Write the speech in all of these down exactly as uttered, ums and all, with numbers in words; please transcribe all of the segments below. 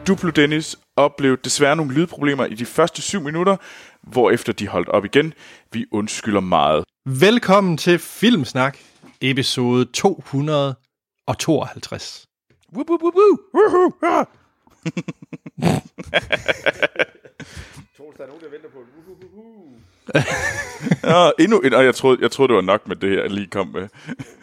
Duplo Dennis oplevede desværre nogle lydproblemer i de første syv minutter, hvorefter de holdt op igen. Vi undskylder meget. Velkommen til Filmsnak, episode to hundrede tooghalvtreds. Wup, wup, wup, wup. Woohoo, ah. Troels, der er nogen, der venter på en uhuhuhu. Ja, endnu en, og jeg troede, jeg troede, det var nok med det her, jeg lige kom med.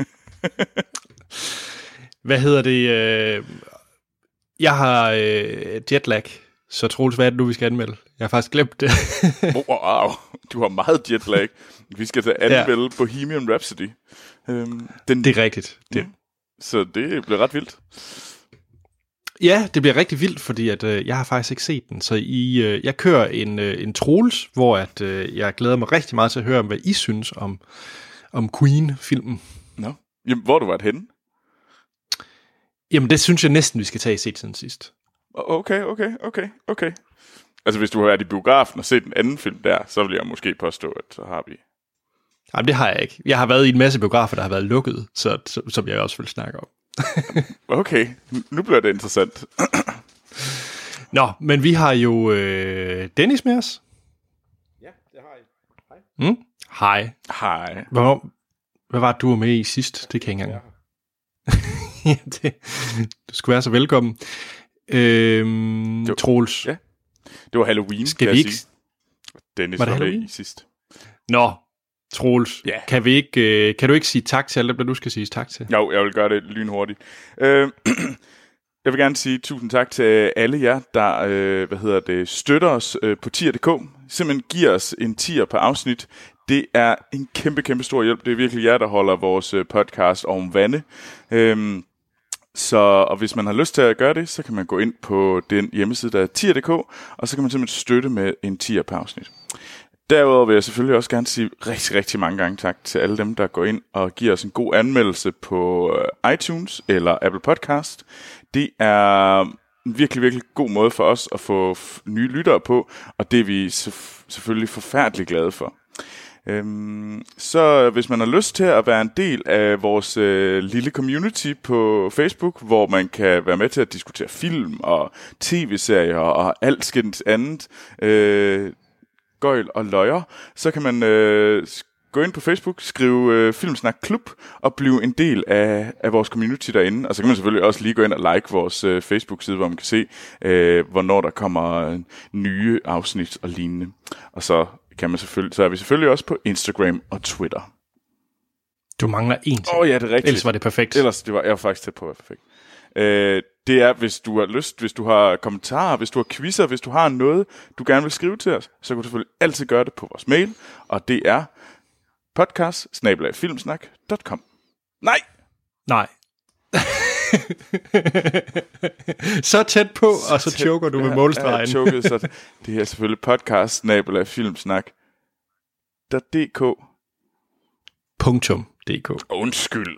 Hvad hedder det? Øh... Jeg har øh, jetlag, så Troels, hvad er det nu, vi skal anmelde? Jeg har faktisk glemt det. Wow, du har meget jetlag. Vi skal til at anmelde ja. Bohemian Rhapsody. Øhm, den... Det er rigtigt. Det. Så det bliver ret vildt. Ja, det bliver rigtig vildt, fordi at, øh, jeg har faktisk ikke set den. Så I, øh, jeg kører en, øh, en Troels, hvor at, øh, jeg glæder mig rigtig meget til at høre om, hvad I synes om, om Queen-filmen. Nå. Jamen, hvor har du været henne? Jamen, det synes jeg næsten, vi skal tage i set siden sidst. Okay, okay, okay, okay. Altså, hvis du har været i biografen og set en anden film der, så vil jeg måske påstå, at så har vi... Jamen, det har jeg ikke. Jeg har været i en masse biografer, der har været lukket, så, som jeg også vil snakke om. Okay, nu bliver det interessant. Nå, men vi har jo øh, Dennis med os. Ja, det har I. Hej. Mm? Hej. Hej. Hvor, hvad var det, du var med i sidst? Det kan jeg ikke engang. Ja, det, du skulle være så velkommen. Øhm, var, Troels. Ja. Det var Halloween, skal kan vi jeg ikke... sige. Dennis var, det var Halloween? med i sidst. Nå, Troels. Ja. Kan, vi ikke, øh, kan du ikke sige tak til alle dem, der du skal sige tak til? Jo, jeg vil gøre det lynhurtigt. Øh, jeg vil gerne sige tusind tak til alle jer, der øh, hvad hedder det, støtter os øh, på tier punktum d k. Simpelthen giver os en tier per afsnit. Det er en kæmpe, kæmpe stor hjælp. Det er virkelig jer, der holder vores podcast oven vande. Øhm, så, og hvis man har lyst til at gøre det, så kan man gå ind på den hjemmeside, der er tier punktum d k, og så kan man simpelthen støtte med en tier per afsnit. Derudover vil jeg selvfølgelig også gerne sige rigtig, rigtig mange gange tak til alle dem, der går ind og giver os en god anmeldelse på iTunes eller Apple Podcast. Det er en virkelig, virkelig god måde for os at få f- nye lyttere på, og det er vi så- selvfølgelig forfærdeligt glade for. Øhm, så hvis man har lyst til at være en del af vores øh, lille community på Facebook, hvor man kan være med til at diskutere film og tv-serier og alt skændt andet, øh, gøjl og løjer, så kan man øh, gå ind på Facebook, skrive øh, Filmsnak Klub og blive en del af, af vores community derinde. Og så kan man selvfølgelig også lige gå ind og like vores øh, Facebook-side, hvor man kan se, øh, hvornår der kommer nye afsnit og lignende. Og så kan man selvfølgelig, så er vi selvfølgelig også på Instagram og Twitter. Du mangler én ting. Åh oh, ja, det er rigtigt. Ellers var det perfekt. Ellers det var jeg var faktisk tæt på at være perfekt. Øh, det er, hvis du har lyst, hvis du har kommentarer, hvis du har quizzer, hvis du har noget, du gerne vil skrive til os, så kan du selvfølgelig altid gøre det på vores mail, og det er podcast snabel-a filmsnak punktum com. Nej! Nej. Så tæt på, og så choker du med målstregen. Ja, choket, så det er selvfølgelig podcast snabel-a filmsnak punktum d k. Punktum dk. Undskyld.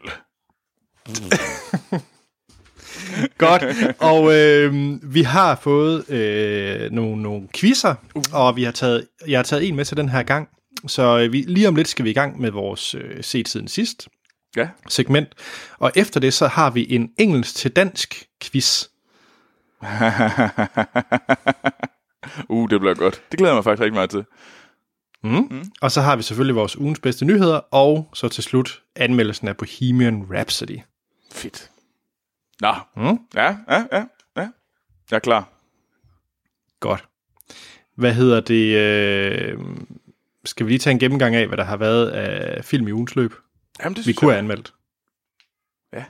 Godt, og øh, vi har fået øh, nogle, nogle quizzer, uh. og vi har taget, jeg har taget en med til den her gang, så øh, vi, lige om lidt skal vi i gang med vores øh, set siden sidst ja. segment, og efter det så har vi en engelsk til dansk quiz. uh, det bliver godt. Det glæder jeg mig faktisk rigtig meget til. Mm. Mm. Og så har vi selvfølgelig vores ugens bedste nyheder, og så til slut anmeldelsen af Bohemian Rhapsody. Fedt. Nå, mm. ja, ja, ja, ja. Jeg er klar. Godt. Hvad hedder det? Øh... Skal vi lige tage en gennemgang af, hvad der har været af film i ugens løb? Jamen, det vi kunne have anmeldt. Ja.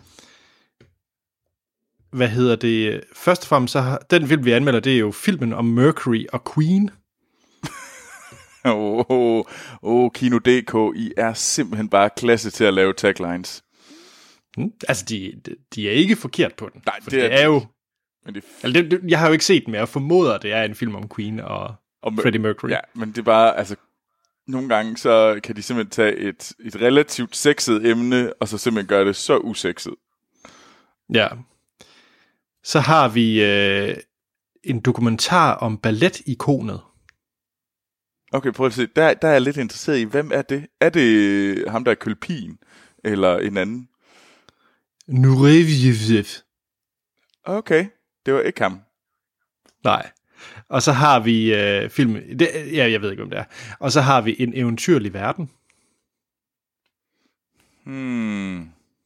Hvad hedder det? Først og fremmest, så har, den film, vi anmelder, det er jo filmen om Mercury og Queen. Åh, oh, oh, oh, Kino punktum d k, I er simpelthen bare klasse til at lave taglines. Hmm? Altså, de, de er ikke forkert på den. Nej, det, det er, er jo... Men det er... altså, det, det, jeg har jo ikke set den, men jeg formoder, det er en film om Queen og, og Mer- Freddie Mercury. Ja, men det er bare, altså... Nogle gange, så kan de simpelthen tage et, et relativt sexet emne, og så simpelthen gøre det så usexet. Ja. Så har vi øh, en dokumentar om balletikonet. Okay, prøv at se. Der, der er jeg lidt interesseret i, hvem er det? Er det ham, der er Kølpin? Eller en anden? Nureyev. Okay, det var ikke ham. Nej. Og så har vi øh, film... Det, ja, jeg ved ikke, om det er. Og så har vi En eventyrlig verden. Hmm.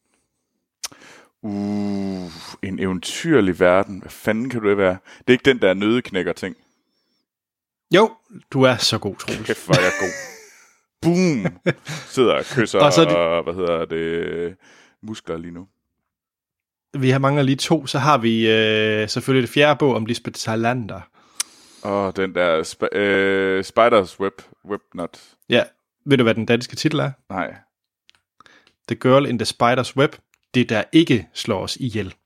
Uh, en eventyrlig verden. Hvad fanden kan du det være? Det er ikke den der nødeknækker-ting. Jo, du er så god, Troels. Kæft, hvor er jeg god. Boom! Sidder og kysser og, det... og hvad hedder det, muskler lige nu. Vi har mangler lige to. Så har vi øh, selvfølgelig det fjerde bog om Lisbeth Salander. Åh, oh, den der sp- øh, Spider's Web, Webnut. Ja, ved du, hvad den danske titel er? Nej. The Girl in the Spider's Web. Det, der ikke slår os ihjel.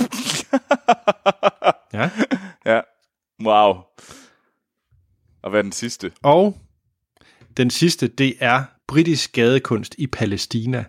Ja. Ja, wow. Og hvad er den sidste? Og den sidste, det er Britisk gadekunst i Palæstina.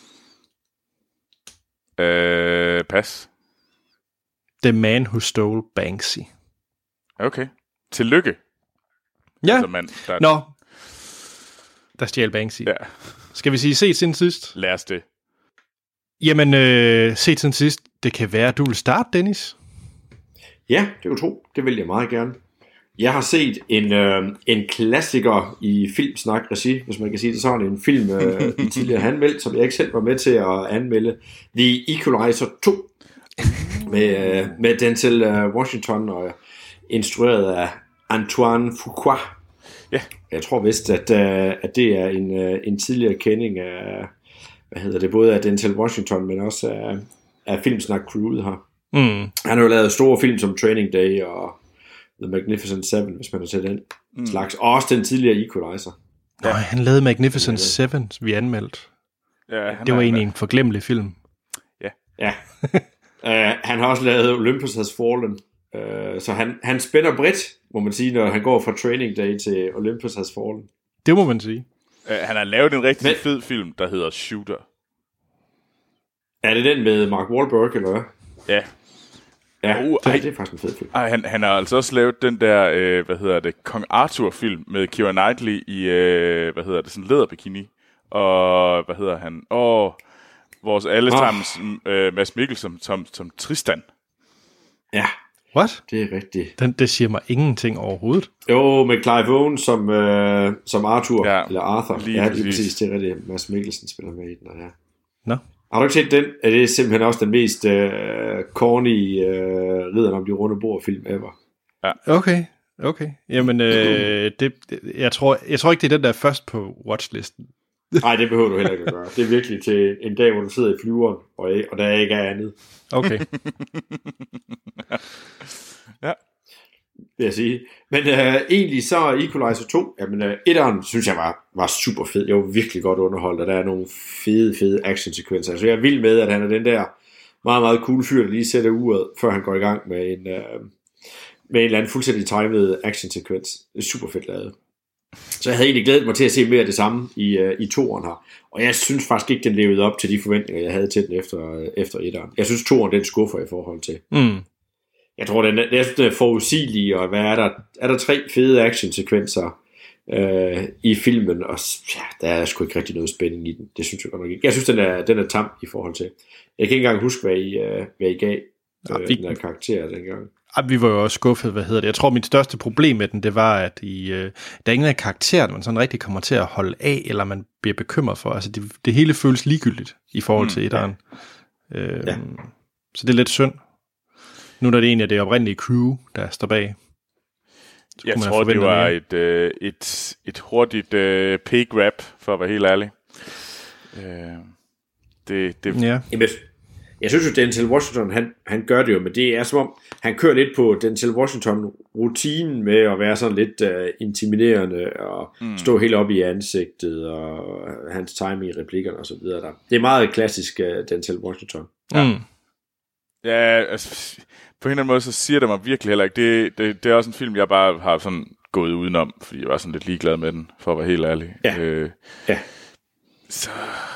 Øh, pas. The Man Who Stole Banksy. Okay. Tillykke. Ja. Altså, man, der... Nå. Der stjal Banksy. Ja. Skal vi sige set siden sidst? Lad os det. Jamen, øh, set siden sidst. Det kan være, du vil starte, Dennis. Ja, det kan du tro. Det vil jeg meget gerne. Jeg har set en, øh, en klassiker i Filmsnak-regi, hvis man kan sige det sådan. En film, øh, I tidligere har anmeldt, som jeg ikke selv var med til at anmelde. The Equalizer to. Med, øh, med Denzel øh, Washington og instrueret af Antoine Fuqua. Ja. Jeg tror vist, at, øh, at det er en, øh, en tidligere kending af, hvad hedder det, både af Denzel Washington, men også af, af Filmsnak-crewet her. Mm. Han har jo lavet store film som Training Day og The Magnificent Seven, hvis man har set den mm. slags. Og også den tidligere Equalizer. Ja. Nå, han lavede Magnificent Seven, vi anmeldte. Ja, han det var er, egentlig en forglemmelig film. Ja. Ja. uh, han har også lavet Olympus Has Fallen. Uh, så han, han spænder bredt, må man sige, når han går fra Training Day til Olympus Has Fallen. Det må man sige. Uh, han har lavet en rigtig Men, fed film, der hedder Shooter. Er det den med Mark Wahlberg, eller hvad? Ja. Ja, uh, det, det er faktisk en fed film. Ej, han, han har altså også lavet den der, øh, hvad hedder det, Kong Arthur-film med Keira Knightley i, øh, hvad hedder det, sådan en læderbikini. Og, hvad hedder han? Og vores allesammens oh. øh, Mads Mikkelsen som, som Tristan. Ja. What? Det er rigtigt. Den, det siger mig ingenting overhovedet. Jo, med Clive Owen som, øh, som Arthur, ja, eller Arthur. Lige ja, præcis. lige præcis, det er rigtigt. Mads Mikkelsen spiller med i den, ja. Nå. Har du ikke set den? Er det simpelthen også den mest øh, corny øh, ridderen om de runde bord film ever? Ja. Okay, okay. Jamen, øh, det, jeg, tror, jeg tror ikke, det er den, der er først på watchlisten. Nej, det behøver du heller ikke at gøre. Det er virkelig til en dag, hvor du sidder i flyveren, og, og der ikke er andet. Okay. Ja. Vil jeg sige. Men øh, egentlig så Equalizer to, jamen øh, etteren synes jeg var, var super fed. Jeg var virkelig godt underholdt, og der er nogle fede, fede actionsekvenser. Altså jeg er vild med, at han er den der meget, meget cool fyr, der lige sætter uret, før han går i gang med en, øh, med en eller anden fuldstændig timet actionsekvens. Det er super fedt lavet. Så jeg havde egentlig glædet mig til at se mere af det samme i, uh, i toeren her. Og jeg synes faktisk ikke, den levede op til de forventninger, jeg havde til den efter, efter etteren. Jeg synes, toeren den skuffer i forhold til. Mm. Jeg tror, den er, den er forudsigelig, og hvad er der? Er der tre fede actionsekvenser øh, i filmen, og ja, der er sgu ikke rigtig noget spænding i den. Det synes jeg godt nok ikke. Jeg synes, den er, den er tam i forhold til. Jeg kan ikke engang huske, hvad I, uh, hvad I gav ja, øh, vi... den her karakter dengang. Vi var jo også skuffet, hvad hedder det. Jeg tror, mit største problem med den, det var, at I, øh, der er ingen af karaktererne, man sådan rigtig kommer til at holde af, eller man bliver bekymret for. Altså, det, det hele føles ligegyldigt i forhold mm, til etteren. Ja. Øh, ja. Så det er lidt synd. Nu når det egentlig er det oprindelige crew, der står bag. Jeg tror, det var et, øh, et, et hurtigt øh, pay grab, for at være helt ærlig. Øh, det, det... Ja. Jamen, jeg synes jo, Denzel Washington, han, han gør det jo, men det er som om, han kører lidt på Denzel Washington-rutinen med at være sådan lidt uh, intimiderende og mm. stå helt op i ansigtet og hans timing i replikkerne og så videre. Der. Det er meget klassisk uh, Denzel Washington. Ja. Mm. Ja, altså, på en eller anden måde, så siger det mig virkelig heller ikke. Det, det, det er også en film, jeg bare har sådan gået udenom, fordi jeg var sådan lidt ligeglad med den, for at være helt ærlig. Ja. Øh, ja. Så...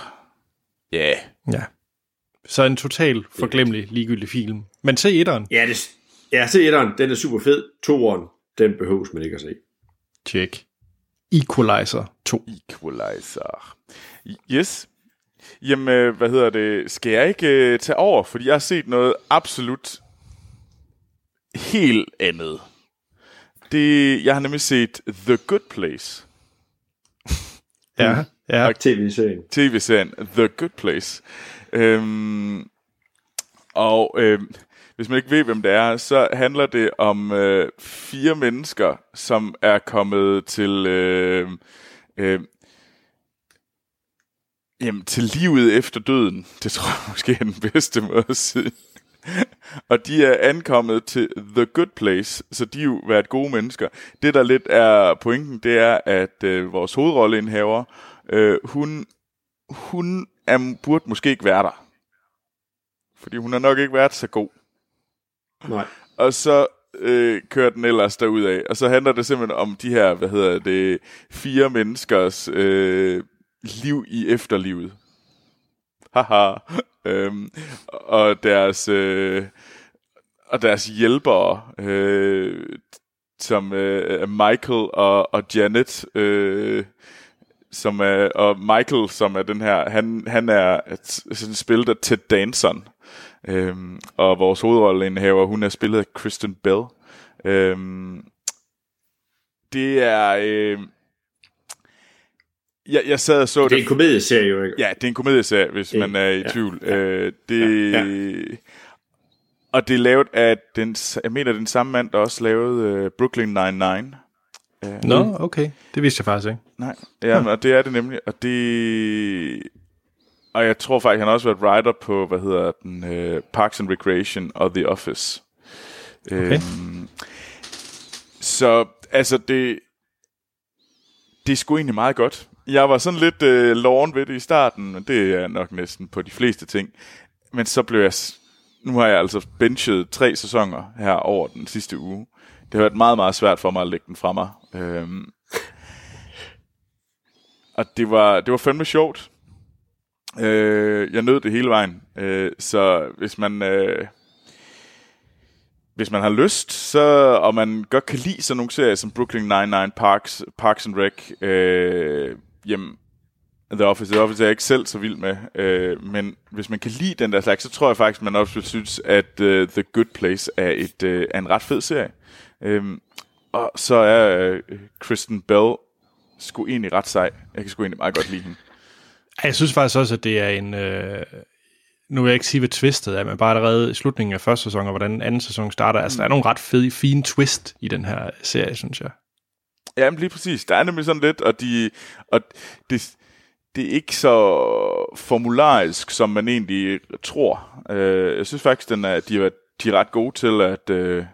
Ja. Yeah. Ja. Så en total forglemmelig, ligegyldig film. Men se etteren. Ja, det, ja, se etteren. Den er super fed. Toeren, den behøves man ikke at se. Check. Equalizer to. Equalizer. Yes. Jamen, hvad hedder det? Skal jeg ikke uh, tage over? Fordi jeg har set noget absolut helt andet. det, jeg har nemlig set The Good Place. Ja, ja. Og tv-serien. tv-serien The Good Place. Øhm, og øhm, hvis man ikke ved, hvem det er, så handler det om øh, fire mennesker, som er kommet til... Øh, øh, Jamen, til livet efter døden. Det tror jeg måske er den bedste måde at sige. Og de er ankommet til The Good Place, så de er jo været gode mennesker. Det, der lidt er pointen, det er, at øh, vores hovedrolleindhaver, øh, hun, hun er, burde måske ikke være der. Fordi hun har nok ikke været så god. Nej. Og så øh, kører den ellers derudad. Og så handler det simpelthen om de her, hvad hedder det, fire menneskers... Øh, liv i efterlivet. Haha. øhm, og deres øh, og deres hjælpere, øh, som øh, Michael og, og Janet, øh, som er, og Michael, som er den her, han, han er sådan spillet af Ted Danson, øhm, og vores hovedrolleindehaver, hun er spillet af Kristen Bell. Øhm, det er... Øh, Jeg, jeg sad og så det. Det er en komedieserie jo, ikke? Ja, det er en komedieserie, hvis ja, man er i ja, tvivl. Ja, øh, det, ja, ja. Og det er lavet af den, jeg mener, den samme mand, der også lavede uh, Brooklyn Nine-Nine. Nå, no, okay. Det vidste jeg faktisk ikke. Nej, ja, hmm. og det er det nemlig. Og det... Og jeg tror faktisk, han har også været writer på, hvad hedder den, uh, Parks and Recreation og The Office. Okay. Øhm, så, altså, det... Det er sgu egentlig meget godt. Jeg var sådan lidt øh, loven ved det i starten, men det er nok næsten på de fleste ting. Men så blev jeg... Nu har jeg altså benchet tre sæsoner her over den sidste uge. Det har været meget, meget svært for mig at lægge den fra mig. Øhm, og det var, det var fandme sjovt. Øh, jeg nød det hele vejen. Øh, så hvis man... Øh, Hvis man har lyst, så, og man godt kan lide sådan nogle serier som Brooklyn Nine-Nine, Parks, Parks and Rec, øh, jamen, The Office, The Office er jeg ikke selv så vild med, øh, men hvis man kan lide den der slags, så tror jeg faktisk, man også vil synes, at uh, The Good Place er, et, uh, er en ret fed serie. Øh, og så er uh, Kristen Bell sgu egentlig ret sej. Jeg kan sgu egentlig meget godt lide hende. Jeg synes faktisk også, at det er en... Øh Nu vil jeg ikke sige, hvad twistet er, men bare allerede i slutningen af første sæson, og hvordan anden sæson starter. Altså, der er nogle ret fede, fine twist i den her serie, synes jeg. Ja, men lige præcis. Der er nemlig sådan lidt, og, de, og det, det er ikke så formularisk, som man egentlig tror. Uh, jeg synes faktisk, den er, de, er, de er ret gode til, at, uh,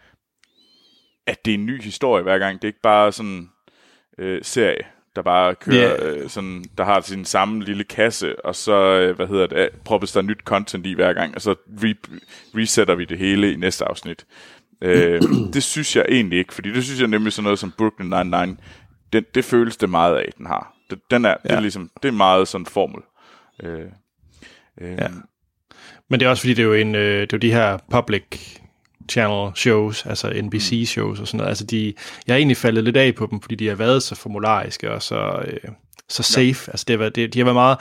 at det er en ny historie hver gang. Det er ikke bare sådan en uh, serie, der bare kører, yeah. øh, sådan, der har sin samme lille kasse, og så, øh, hvad hedder det, proppes der nyt content i hver gang, og så re- resetter vi det hele i næste afsnit. øh, det synes jeg egentlig ikke, fordi det synes jeg nemlig sådan noget som Brooklyn Nine-Nine, den, det føles det meget af, den har. Det, den er, ja. det er ligesom, det er meget sådan formel. Øh, øh, ja. Men det er også fordi, det er jo, en, øh, det er jo de her public channel shows, altså N B C shows og sådan noget. Altså de, jeg har egentlig faldet lidt af på dem, fordi de har været så formulariske og så, øh, så safe. Ja. Altså det har været, det, de har været meget...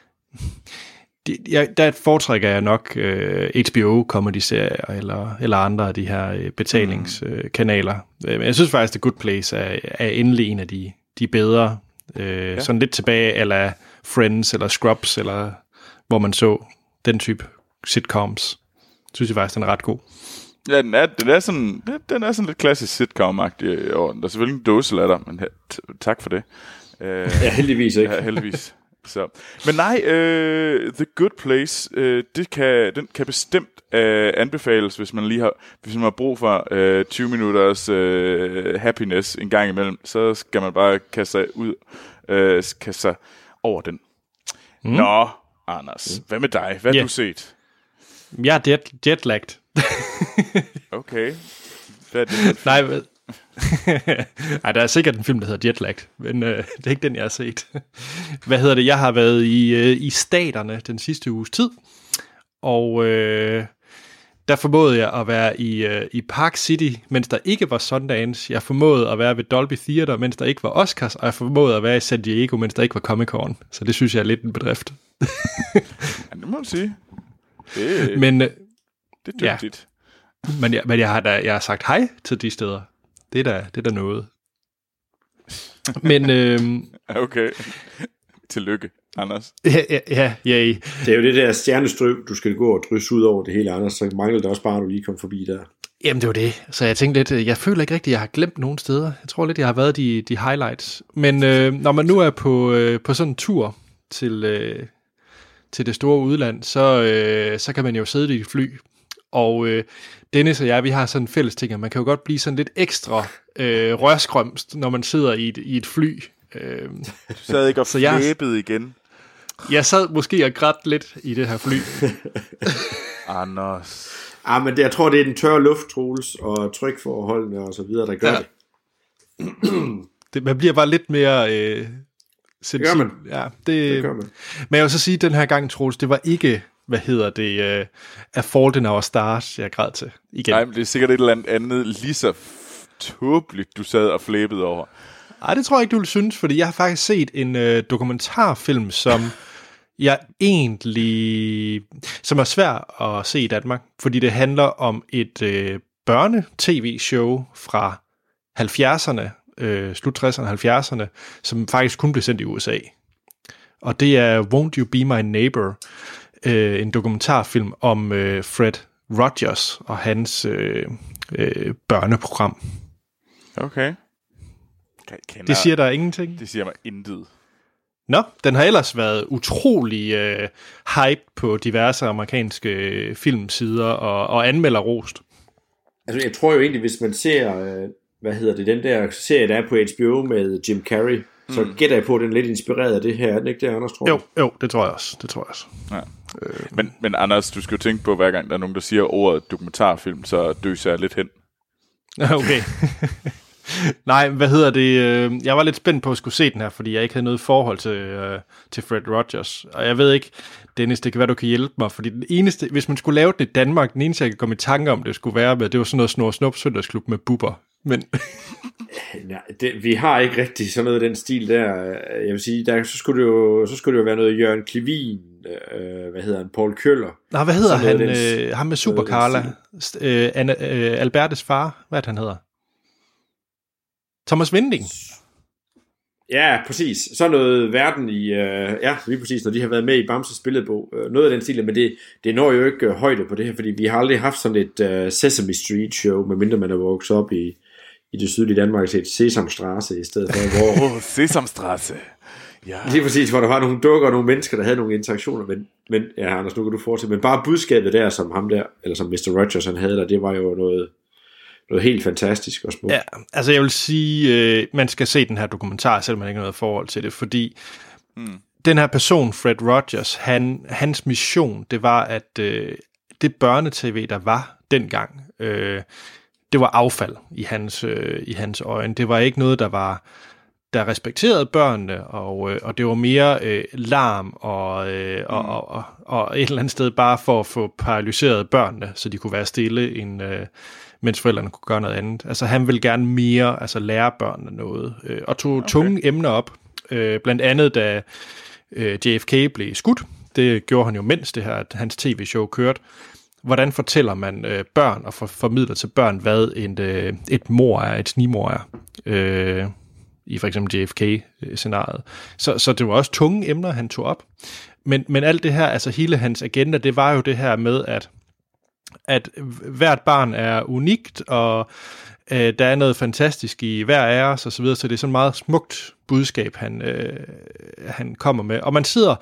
De, jeg, der foretrækker jeg nok øh, H B O comedy-serier eller, eller andre af de her øh, betalingskanaler. Mm. Øh, men jeg synes faktisk, The Good Place er, er endelig en af de, de bedre. Øh, ja. Sådan lidt tilbage eller Friends eller Scrubs, eller hvor man så den type sitcoms. Synes jeg faktisk, den er ret god. Ja, den er, den er, sådan, den er sådan lidt klassisk sitcom-agtig. Der er selvfølgelig en dåselatter, men t- tak for det. Uh, ja, heldigvis ikke. Ja, heldigvis. Så. Men nej, uh, The Good Place, uh, det kan, den kan bestemt uh, anbefales, hvis man lige har, hvis man har brug for uh, tyve minutters uh, happiness en gang imellem, så skal man bare kaste sig ud, uh, kaste sig over den. Mm. Nå, Anders, mm. hvad med dig? Hvad har yeah. du set? Jeg er jet, jetlagt. Okay. Hvad er det? Nej, men... Ej, der er sikkert en film, der hedder Jetlagt, men øh, det er ikke den, jeg har set. Hvad hedder det? Jeg har været i, øh, i staterne den sidste uges tid, og øh, der formåede jeg at være i, øh, i Park City, mens der ikke var Sundance. Jeg formåede at være ved Dolby Theater, mens der ikke var Oscars, og jeg formåede at være i San Diego, mens der ikke var Comic-Con. Så det synes jeg er lidt en bedrift. Ja, det må man sige. Det, men, det er dygtigt. Ja. Men, jeg, men jeg, har da, jeg har sagt hej til de steder. Det er da, det er da noget. Men... Øh, okay. Tillykke, Anders. Ja, ja, ja, ja. Det er jo det der stjernestøv, du skal gå og drysse ud over det hele, Anders. Så mangler det også bare, at du lige kom forbi der. Jamen, det var det. Så jeg tænkte lidt, jeg føler ikke rigtigt, at jeg har glemt nogen steder. Jeg tror lidt, jeg har været de, de highlights. Men øh, når man nu er på, øh, på sådan en tur til, øh, til det store udland, så, øh, så kan man jo sidde i et fly. Og øh, Dennis og jeg, vi har sådan en fælles ting, at man kan jo godt blive sådan lidt ekstra øh, rørskrømst, når man sidder i et, i et fly. Øh, du sad ikke og flæbede jeg, igen? Jeg sad måske og græd lidt i det her fly. Anders... Ah, men det, jeg tror, det er den tørre luft, Troels, og trykforholdene og så videre, der gør ja. det. det. Man bliver bare lidt mere øh, det gør man. Ja, det, det gør man. Men jeg vil så sige, at den her gang, Troels, det var ikke, hvad hedder det, uh, A Fault in Our Stars, jeg græd til igen. Nej, men det er sikkert et eller andet lige så tåbeligt, du sad og flæbede over. Nej, det tror jeg ikke, du vil synes, fordi jeg har faktisk set en uh, dokumentarfilm, som... jeg egentlig, som er svær at se i Danmark, fordi det handler om et øh, børne-tv-show fra halvfjerdserne, øh, slut tresserne og halvfjerdserne, som faktisk kun blev sendt i U S A. Og det er Won't You Be My Neighbor, øh, en dokumentarfilm om øh, Fred Rogers og hans øh, øh, børneprogram. Okay. Kender, det siger der ingenting? Det siger mig intet. Nå, den har ellers været utrolig øh, hype på diverse amerikanske øh, filmsider og, og anmelder rost. Altså, jeg tror jo egentlig, hvis man ser, øh, hvad hedder det, den der serie, der er på H B O med Jim Carrey, mm. så gætter jeg på, at den er lidt inspireret af det her. Er den ikke det, Anders, tror Jo, jo, det tror jeg også. Det tror jeg også. Ja. Øh, men, men Anders, du skal jo tænke på, hver gang der er nogen, der siger ordet dokumentarfilm, så døser jeg lidt hen. Okay. Nej, hvad hedder det? Jeg var lidt spændt på at skulle se den her, fordi jeg ikke havde noget forhold til, uh, til Fred Rogers. Og jeg ved ikke, Dennis, det kan være, du kan hjælpe mig, fordi den eneste, hvis man skulle lave den i Danmark, den eneste, jeg kan komme i tanke om, det skulle være med, det var sådan noget Snor Snup Søndagsklub med bubber. Men... Nej, det, vi har ikke rigtig sådan noget af den stil der. Jeg vil sige, der, så, skulle det jo, så skulle det jo være noget Jørgen Klevin, øh, hvad hedder han, Paul Køller. Nej, hvad hedder han? Den, øh, ham med Super Carla. Øh, Anne, øh, Albertes far, hvad han hedder? Thomas Winding. Ja, præcis. Så noget verden i, øh, ja, lige præcis, når de har været med i Bamses billedbog. Øh, noget af den stil, men det, det når jo ikke øh, højde på det her, fordi vi har aldrig haft sådan et øh, Sesame Street show, medmindre man er vokset op i, i det sydlige Danmark, et Sesamstrasse i stedet for, hvor... Åh, oh, Sesamstrasse. Ja. Lige præcis, hvor der var nogle dukker og nogle mennesker, der havde nogle interaktioner, men, men ja, Anders, nu kan du fortsætte, men bare budskabet der, som ham der, eller som mister Rogers han havde der, det var jo noget... noget helt fantastisk og smukt. Ja, altså jeg vil sige, øh, man skal se den her dokumentar, selvom man ikke har noget forhold til det, fordi mm. den her person, Fred Rogers, han, hans mission, det var, at øh, det børnetv, der var dengang, øh, det var affald i hans, øh, i hans øjne. Det var ikke noget, der var der respekterede børnene, og, øh, og det var mere øh, larm og, øh, mm. og, og, og, og et eller andet sted bare for at få paralyseret børnene, så de kunne være stille en... Øh, mens forældrene kunne gøre noget andet. Altså han ville gerne mere altså lære børnene noget, øh, og tog okay. tunge emner op, øh, blandt andet da øh, J F K blev skudt. Det gjorde han jo mens det her, at hans tv-show kørte. Hvordan fortæller man øh, børn og for, formidler til børn, hvad en, øh, et mor er, et snigmor er, øh, i for eksempel J F K-scenariet. Så, så det var også tunge emner, han tog op. Men, men alt det her, altså hele hans agenda, det var jo det her med, at at hvert barn er unikt, og øh, der er noget fantastisk i hver af os, og så videre, så det er sådan et meget smukt budskab, han, øh, han kommer med. Og man sidder,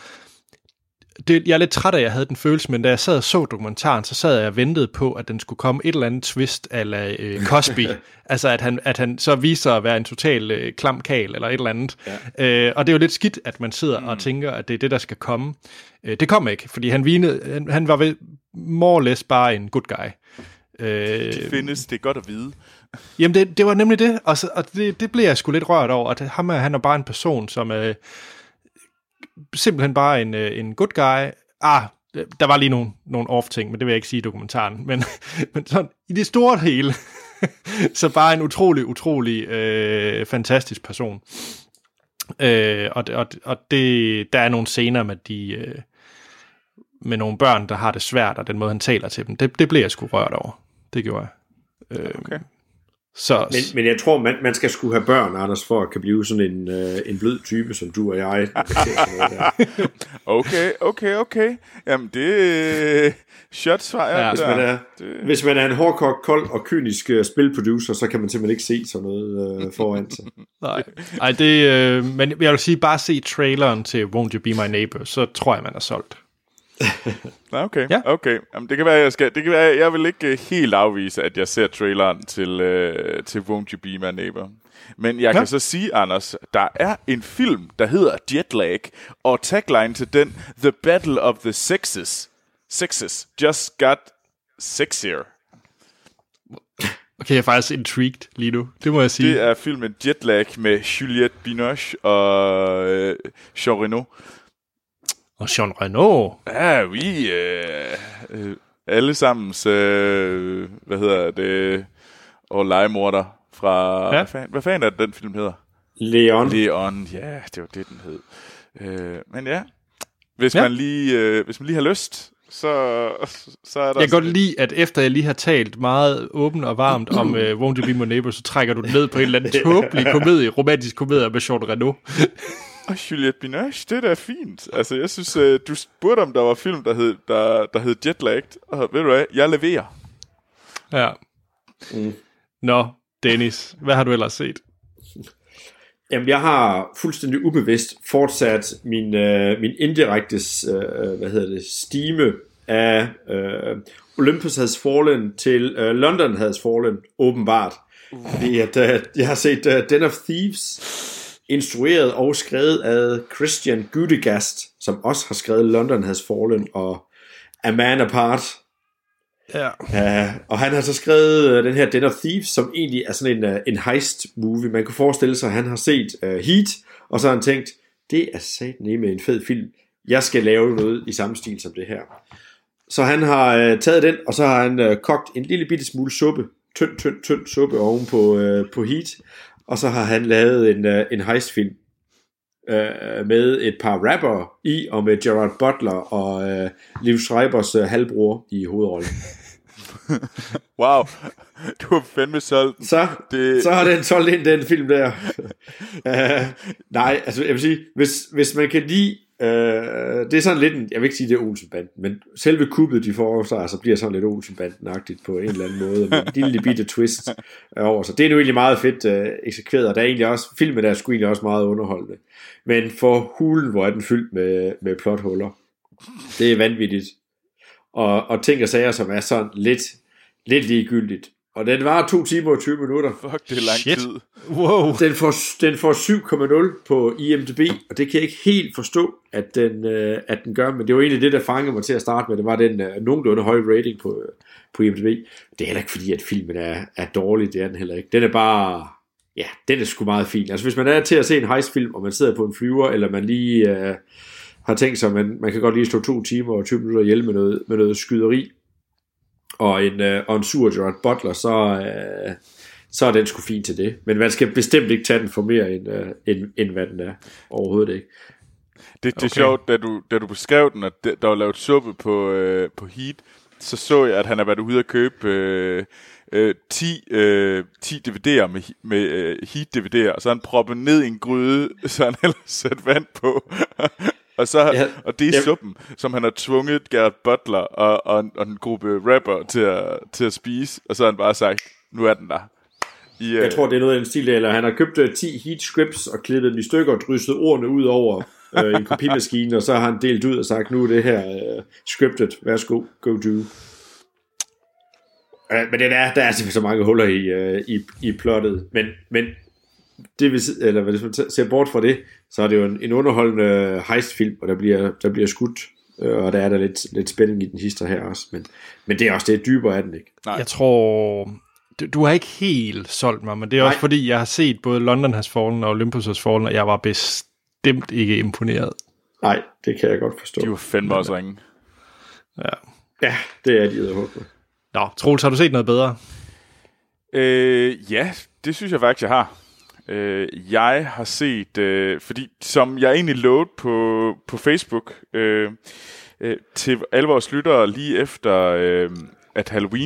det, jeg er lidt træt af, at jeg havde den følelse, men da jeg sad og så dokumentaren, så sad jeg og ventede på, at den skulle komme et eller andet twist ala øh, Cosby. Altså, at han, at han så viser at være en total øh, klam kal, eller et eller andet. Ja. Øh, og det er jo lidt skidt, at man sidder mm. og tænker, at det er det, der skal komme. Øh, det kom ikke, fordi han, vinede, han, han var ved more or less bare en good guy. Øh, det findes, det er godt at vide. Jamen, det, det var nemlig det, og, så, og det, det blev jeg sgu lidt rørt over, at ham er, han er bare en person, som er øh, simpelthen bare en, øh, en good guy. Ah, der var lige nogle, nogle off-ting, men det vil jeg ikke sige i dokumentaren, men, men sådan, i det store hele, så bare en utrolig, utrolig øh, fantastisk person. Øh, og og, og det, der er nogle scener med de... Øh, med nogle børn, der har det svært, og den måde, han taler til dem, det, det blev jeg sgu rørt over. Det gjorde jeg. Øh, okay. Så, men, men jeg tror, man, man skal skulle have børn, Anders, for at kan blive sådan en, øh, en blød type, som du og jeg. okay, okay, okay. Jamen, det er shots fejret. Ja, hvis, man er, det... hvis man er en hårdkogt, kold og kynisk uh, spilproducer, så kan man simpelthen ikke se sådan noget uh, foran sig. Nej, Ej, det, øh, men jeg vil sige, bare se traileren til Won't You Be My Neighbor, så tror jeg, man er solgt. Okay, ja. okay. Jamen, det kan være, jeg skal. Det kan være, jeg vil ikke helt afvise, at jeg ser traileren til uh, til Won't You Be My Neighbor. Men jeg ja. kan så sige, Anders, der er en film, der hedder Jetlag, og tagline til den: The Battle of the Sexes. Sexes just got sexier. Okay, jeg er faktisk intrigued lige nu. Det må jeg sige. Det er filmen Jetlag med Juliette Binoche og øh, Jean Reno. Og Jean Reno. Ja, vi øh, øh, alle sammen, øh, hvad hedder det, og legemorder fra, ja. hvad, fanden, hvad fanden er det, den film hedder? Leon. Leon, ja, det var det, den hed. Øh, men ja, hvis, ja. Man lige, øh, hvis man lige har lyst, så, så er der... Jeg kan godt lide, at efter jeg lige har talt meget åbent og varmt om uh, Won't You Be My Neighbor, så trækker du ned på en eller anden tåbelig komedie, romantisk komedie med Jean Reno. Og Juliette Binoche, det er da fint. Altså, jeg synes, uh, du spurgte om, der var film, der hed, der, der hed Jetlag, og ved du hvad, jeg leverer. Ja. Mm. Nå, Dennis, hvad har du ellers set? Jamen, jeg har fuldstændig ubevidst fortsat min, øh, min indirekte, øh, hvad hedder det, stime af øh, Olympus Has Fallen til øh, London Has Fallen, åbenbart. Uh. Fordi at, øh, jeg har set øh, Den of Thieves, instrueret og skrevet af Christian Gudegast, som også har skrevet London Has Fallen og A Man Apart. Ja. Uh, og han har så skrevet uh, den her Den of Thieves, som egentlig er sådan en, uh, en heist movie. Man kunne forestille sig, at han har set uh, Heat, og så har han tænkt, det er satme en fed film. Jeg skal lave noget i samme stil som det her. Så han har uh, taget den, og så har han uh, kogt en lille bitte smule suppe, tynd, tynd, tynd suppe oven på, uh, på Heat, og så har han lavet en, uh, en heistfilm uh, med et par rapper i, og med Gerard Butler og uh, Liv Schreibers uh, halvbror i hovedrollen. Wow, du har fandme solgt. Så, det... så har den solgt ind, den film der. uh, nej, altså jeg vil sige, hvis, hvis man kan lide, uh, det er sådan lidt, en, jeg vil ikke sige det er Olsen-banden, men selve kuppet de får sig, så bliver sådan lidt Olsen-banden-agtigt på en eller anden måde, med en lille bitte twist over sig. Det er nu egentlig meget fedt uh, eksekveret, og der er egentlig også, filmen der er sgu egentlig også meget underholdende. Men for hulen, hvor er den fyldt med, med plothuller. Det er vanvittigt. Og, og ting og sager, som er sådan lidt, lidt ligegyldigt. Og den var to timer og tyve minutter. Fuck, det er lang Shit. tid. Wow. Den får, den får syv komma nul på I M D B, og det kan jeg ikke helt forstå, at den, øh, at den gør. Men det var egentlig det, der fangede mig til at starte med. Det var den øh, nogenlunde høje rating på, på I M D B. Det er heller ikke fordi, at filmen er, er dårlig. Det er den heller ikke. Den er bare... Ja, den er sgu meget fin. Altså hvis man er til at se en heistfilm, og man sidder på en flyver, eller man lige... Øh, har tænkt sig, at man, man kan godt lige stå to timer og tyve minutter ihjel med noget, med noget skyderi, og en, øh, og en sur Gerard Butler, så, øh, så er den sgu fint til det. Men man skal bestemt ikke tage den for mere, end, øh, end, end hvad den er. Overhovedet ikke. Det, det er okay. Sjovt, da du, da du beskrev den, at der var lavet suppe på, øh, på Heat, så så jeg, at han har været ude at købe øh, øh, ti, øh, ti D V D'er med, med øh, Heat-D V D'er, og så har han proppet ned i en gryde, så han ellers sat vand på. Og, så, ja, og det er ja. suppen, som han har tvunget Gerard Butler og, og, og en gruppe rapper til at, til at spise, og så har han bare sagt, nu er den der. I, jeg uh... tror, det er noget af en stil, eller han har købt uh, ti Heat scripts og klippet dem i stykker og drysset ordene ud over uh, en kopimaskine, og så har han delt ud og sagt, nu er det her uh, scriptet, værsgo, go do. Uh, men det er, der er simpelthen så mange huller i, uh, i, i plottet, men, men det vil, eller hvis man ser bort fra det, så er det jo en, en underholdende heistfilm, og der bliver, der bliver skudt, og der er der lidt, lidt spænding i den hister her også, men, men det er også det, dybere er den ikke. Nej. Jeg tror, du, du har ikke helt solgt mig, men det er Nej. også fordi, jeg har set både London Has Fallen og Olympus Has Fallen, og jeg var bestemt ikke imponeret. Nej, det kan jeg godt forstå. De var fandme også ringe. Ja. Ja, det er de, jeg håber. Nå, Troels, har du set noget bedre? Øh, ja, det synes jeg faktisk, jeg har. Øh, jeg har set, øh, fordi som jeg egentlig lovede på, på Facebook øh, øh, til alle vores lyttere lige efter, øh, at Halloween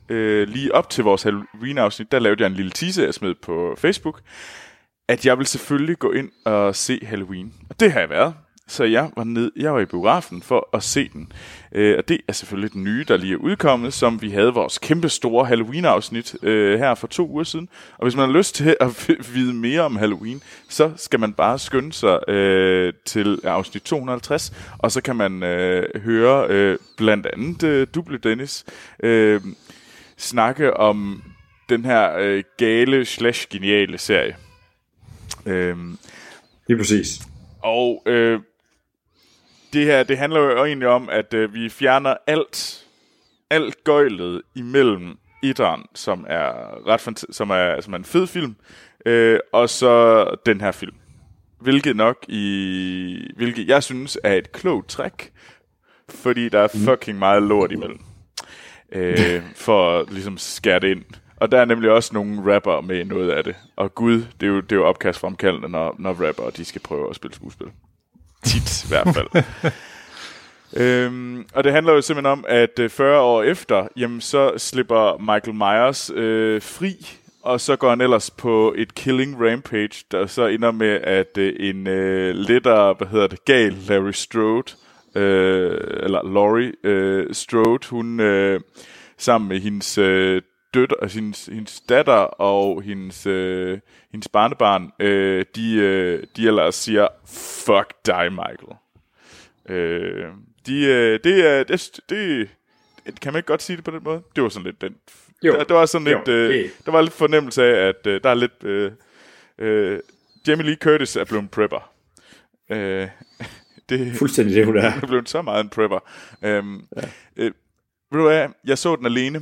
øh, lige op til vores Halloween-afsnit, der lavede jeg en lille teaser, jeg smed på Facebook, at jeg vil selvfølgelig gå ind og se Halloween. Og det har jeg været. Så jeg var ned, jeg var i biografen for at se den. Øh, og det er selvfølgelig den nye, der lige er udkommet, som vi havde vores kæmpe store Halloween-afsnit øh, her for to uger siden. Og hvis man har lyst til at vide mere om Halloween, så skal man bare skynde sig øh, til afsnit to hundrede og halvtreds, og så kan man øh, høre øh, blandt andet øh, Duble Dennis øh, snakke om den her øh, gale slash geniale serie. Øh, Lige præcis. Og øh, det her, det handler jo egentlig om, at øh, vi fjerner alt, alt gøjlet imellem etteren, som er ret fant- som er, som er en fed film, øh, og så den her film. Hvilket nok i, hvilket jeg synes er et klogt træk, fordi der er fucking meget lort imellem, øh, for at ligesom skære det ind. Og der er nemlig også nogle rapper med noget af det. Og gud, det er jo, det er jo opkastfremkaldende, når, når rapper de skal prøve at spille skuespil. Tit i hvert fald. øhm, og det handler jo simpelthen om, at fyrre år efter, jamen så slipper Michael Myers øh, fri, og så går han ellers på et killing rampage, der så ender med, at øh, en øh, lettere, hvad hedder det, gal Larry Strode, øh, eller Laurie øh, Strode, hun øh, sammen med hendes øh, døtter, hendes, hendes datter og hendes, øh, hendes barnebarn, øh, de, øh, de ellers siger, fuck dig, Michael. Øh, de, øh, det er, det, det, kan man ikke godt sige det på den måde? Det var sådan lidt den. Jo. Der, der var sådan lidt, jo, øh, der var lidt fornemmelse af, at øh, der er lidt, øh, øh, Jamie Lee Curtis er blevet en prepper. Øh, det, Fuldstændig det, hun er. Det er blevet så meget en prepper. Øh, ja. øh, ved du hvad, jeg så den alene.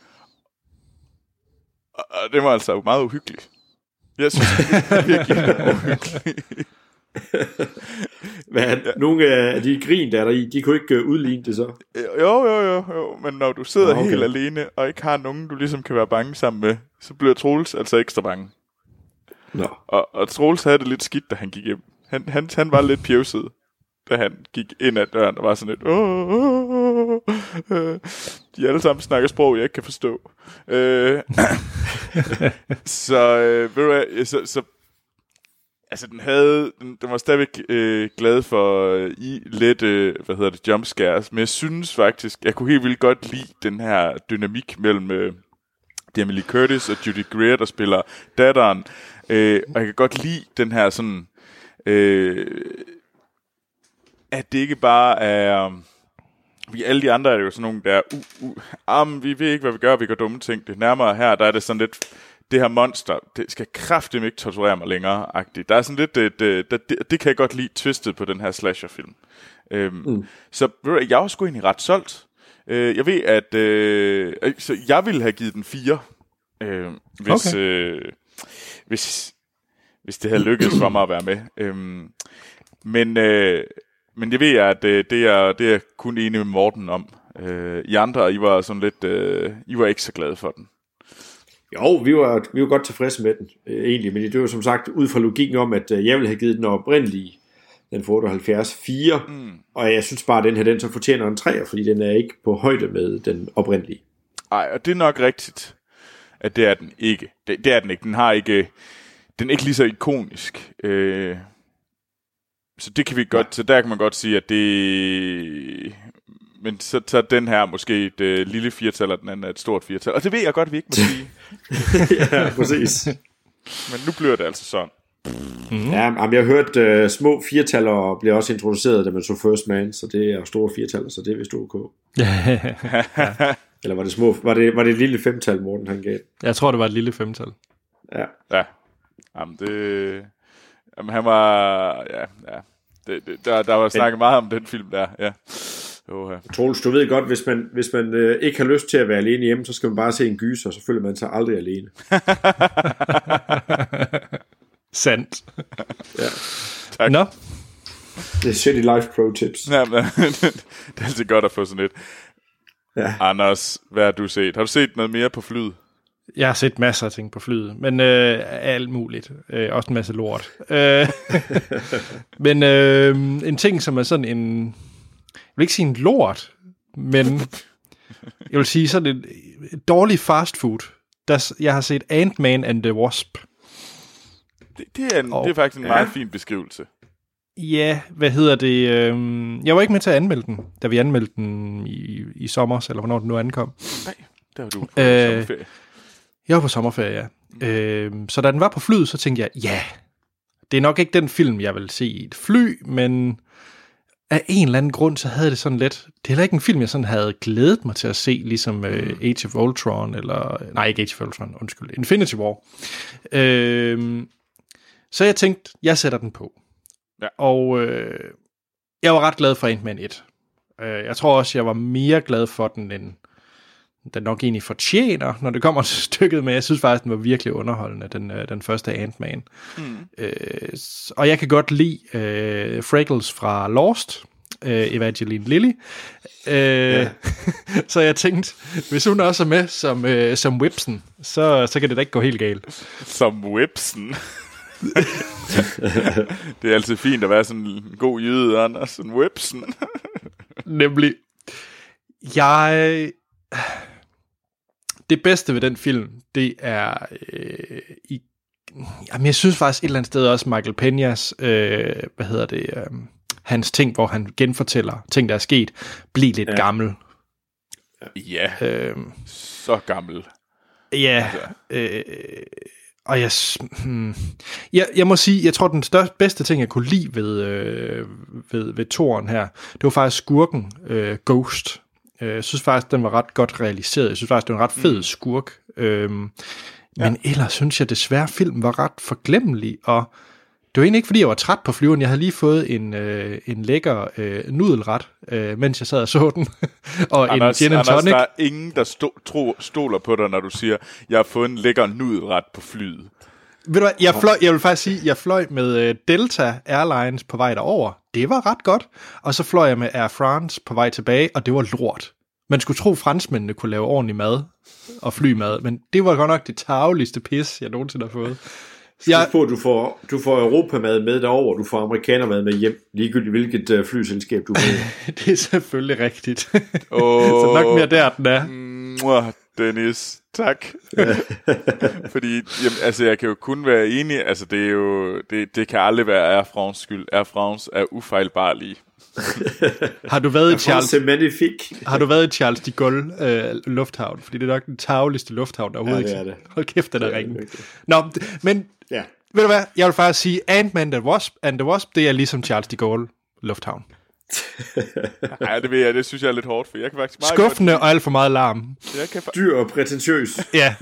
Og det var altså meget uhyggeligt. Jeg synes, det er virkelig uhyggeligt. Men ja. Nogle af de grin, der er der i, de kunne ikke udligne det så? Jo, jo, jo, jo. Men når du sidder okay. helt alene, og ikke har nogen, du ligesom kan være bange sammen med, så bliver Troels altså ekstra bange. Nå. Og, og Troels havde det lidt skidt, da han gik hjem. Han, han, han var lidt pjevset, da han gik ind ad døren, og var sådan lidt... Åh, åh, åh. De alle sammen snakker sprog, jeg ikke kan forstå. Øh, så, øh, ved du hvad, så, så altså den havde, den, den var stadigvæk øh, glad for øh, i lette, hvad hedder det, jumpscares, men jeg synes faktisk, jeg kunne helt vildt godt lide den her dynamik mellem øh, Jamie Lee Curtis og Judy Greer, der spiller datteren, øh, og jeg kan godt lide den her sådan, øh, at det ikke bare er... Vi alle de andre er jo sådan nogle der, uh, uh, um, vi ved ikke, hvad vi gør, vi gør dumme ting. Det nærmere her, der er det sådan lidt, det her monster, det skal kraftigt ikke torturere mig længere-agtigt. Der er sådan lidt, det, det, det, det kan jeg godt lide twistet på den her slasherfilm. Øhm, mm. Så jeg var sgu egentlig ret solgt. Øh, jeg ved, at øh, så jeg ville have givet den fire, øh, hvis, okay. øh, hvis, hvis det havde lykkedes for mig at være med. Øhm, men... Øh, Men jeg ved, at det, det, er, det er kun enig med Morten om. Øh, I andre, I var sådan lidt, øh, I var ikke så glade for den. Jo, vi var, vi var godt tilfredse med den, øh, egentlig. Men det var som sagt ud fra logikken om, at øh, jeg ville have givet den oprindelige, den for otteoghalvfjerds, fire. Mm. Og jeg synes bare, at den her, den så fortjener en treer, fordi den er ikke på højde med den oprindelige. Nej, og det er nok rigtigt, at det er den ikke. Det, det er den ikke. Den har ikke, den er ikke lige så ikonisk. Øh, Så det kan vi godt, ja. Så der kan man godt sige, at det... Men så tager den her måske et uh, lille firtal, og den anden er et stort firtal. Og det ved jeg godt, vi ikke må sige. Ja, præcis. Men nu bliver det altså sådan. Mm-hmm. Ja, men jeg har hørt uh, små firtaller bliver også introduceret, da man så First Man, så det er store firtaller, så det er vist ok. Eller var det små, var det, var det et lille femtal, Morten han gav? Jeg tror, det var et lille femtal. Ja. Ja. Jamen, det... Jamen, han var... Ja, ja. Det, det, der, der var snakket meget om den film der, ja. Oh, ja. Troels, du ved godt, hvis man, hvis man øh, ikke har lyst til at være alene hjemme, så skal man bare se en gyser, og så føler man sig aldrig alene. Sandt. Ja. Tak. Nå. Det er City Life Pro Tips. Ja, men, det er altid godt at få sådan et. Ja. Anders, hvad har du set? Har du set noget mere på flyet? Jeg har set masser af ting på flyet, men øh, alt muligt. Øh, også en masse lort. Øh, men øh, en ting, som er sådan en... Jeg vil ikke sige en lort, men jeg vil sige sådan et, et dårligt fast food. Der, jeg har set Ant-Man and the Wasp. Det, det, er, en, og, det er faktisk en ja. meget fin beskrivelse. Ja, hvad hedder det? Øh, jeg var ikke med til at anmelde den, da vi anmeldte den i, i sommer, eller hvornår den nu ankom. Nej, der var du på øh, sommerferie. Jeg var på sommerferie, ja. Mm. Øh, så da den var på flyet, så tænkte jeg, ja, det er nok ikke den film, jeg vil se i et fly, men af en eller anden grund, så havde det sådan lidt, det er heller ikke en film, jeg sådan havde glædet mig til at se, ligesom øh, Age of Ultron, eller, nej, ikke Age of Ultron, undskyld, Infinity War. Øh, så jeg tænkte, jeg sætter den på. Ja. Og øh, jeg var ret glad for Ant-Man et. Øh, jeg tror også, jeg var mere glad for den, end den nok egentlig fortjener, når det kommer til stykket, men jeg synes faktisk, den var virkelig underholdende, den, øh, den første Ant-Man. Mm. Øh, og jeg kan godt lide øh, Fraggles fra Lost, øh, Evangeline Lilly. Øh, ja. Så jeg tænkte, hvis hun også er med som, øh, som Whipsen, så, så kan det da ikke gå helt galt. Som Whipsen? Det er altid fint at være sådan en god jyde, Anders, sådan Whipsen. Nemlig. Jeg... Det bedste ved den film, det er... Øh, i, jamen, jeg synes faktisk et eller andet sted også Michael Peñas, øh, hvad hedder det, øh, hans ting, hvor han genfortæller ting, der er sket, bliver lidt ja. gammel. Ja, øh, så gammel. Ja, øh, og jeg, hmm, jeg, jeg må sige, jeg tror, den største, bedste ting, jeg kunne lide ved, øh, ved, ved toren her, det var faktisk skurken, øh, Ghost. Jeg synes faktisk, den var ret godt realiseret. Jeg synes faktisk, det var en ret fed skurk. Øhm, ja. Men ellers synes jeg desværre, filmen var ret forglemmelig, og det var egentlig ikke, fordi jeg var træt på flyveren. Jeg havde lige fået en, øh, en lækker øh, nudelret, øh, mens jeg sad og så den, og Anders, en gin and tonic. Anders, der er ingen, der sto- tro, stoler på dig, når du siger, jeg har fået en lækker nudelret på flyet. Ved du hvad, jeg, fløj, jeg vil faktisk sige, jeg fløj med Delta Airlines på vej derover. Det var ret godt. Og så fløj jeg med Air France på vej tilbage, og det var lort. Man skulle tro, franskmændene kunne lave ordentlig mad og flymad, men det var godt nok det tarveligste pis, jeg nogensinde har fået. Jeg... På, du, får, du får europamad med derover, du får amerikanermad med hjem, ligegyldigt hvilket uh, flyselskab du med. Det er selvfølgelig rigtigt. Oh, så nok mere der, den er. Mwah, Dennis, tak. Fordi, jamen, altså, jeg kan jo kun være enig, altså, det er jo, det, det kan aldrig være Air France skyld. Air France er ufejlbarlig. Har du været i Charles Har du været i Charles de Gaulle øh, lufthavn, fordi det er nok den tarveligste lufthavn der overhovedet. Ja, det er det. Hold kæft, den er ringen. Nå, men ja. Ved du hvad? Jeg vil faktisk sige Ant-Man and the Wasp, and the Wasp, det er ligesom Charles de Gaulle lufthavn. Nej, det ved jeg, det synes jeg er lidt hårdt, for jeg kan faktisk meget skuffende godt... og alt for meget larm. Jeg kan... Dyr og prætentiøs. Ja.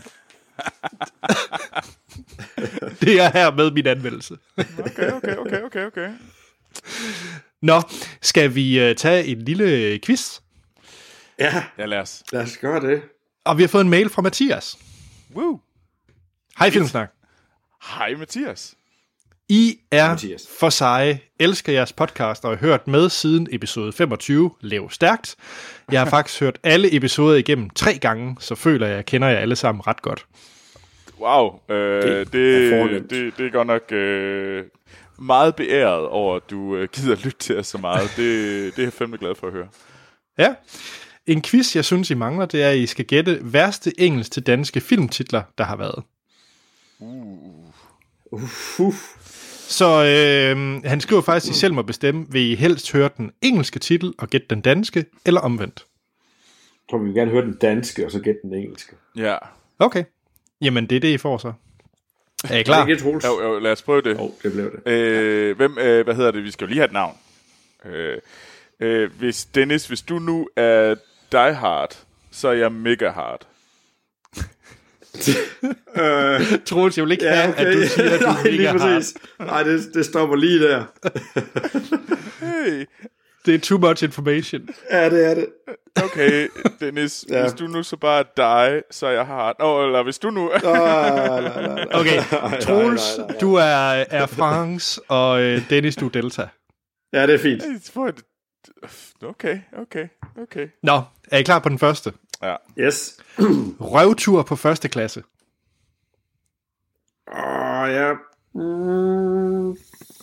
Det er her med min anmeldelse. Okay, okay, okay, okay, okay. Nå, skal vi uh, tage en lille quiz? Ja, ja lad os. Lad os gøre det. Og vi har fået en mail fra Mathias. Woo. Hej Filmsnak. Hej Mathias. I er Mathias. For seje, elsker jeres podcast og har hørt med siden episode femogtyve, Lev Stærkt. Jeg har faktisk hørt alle episoder igennem tre gange, så føler jeg, jeg kender jer alle sammen ret godt. Wow, øh, det, det, er det, det er godt nok øh, meget beæret over, at du øh, gider lytte til os så meget. Det, det er jeg fandme glad for at høre. Ja, en quiz, jeg synes, I mangler, det er, at I skal gætte værste engelsk til danske filmtitler, der har været. Uh. Uh, uh. Så øh, han skriver faktisk, at I selv må bestemme, vil I helst høre den engelske titel og gætte den danske, eller omvendt? Jeg tror, vi vil gerne høre den danske, og så gætte den engelske. Ja. Okay. Jamen, det er det, I får så. Er I klar? Jo, jo, lad os prøve det. Jo, det blev det. Øh, hvem, øh, hvad hedder det? Vi skal jo lige have et navn. Øh, øh, hvis Dennis, hvis du nu er Die Hard, så er jeg Mega Hard. øh, Troels, jeg vil ikke ja, have, okay. At du siger, at du er Mega Hard. Nej, det, det stopper lige der. Hey. Det er too much information. Ja, det er det. Okay, Dennis, ja. Hvis du nu så bare dig, så er jeg hard. Åh, oh, eller hvis du nu... nej, nej, nej, nej. Okay, Troels, du er Air France, og Dennis, du er Delta. Ja, det er fint. Okay, okay, okay. Nå, er I klar på den første? Ja. Yes. Røvtur på første klasse. Åh, oh, ja. Mm.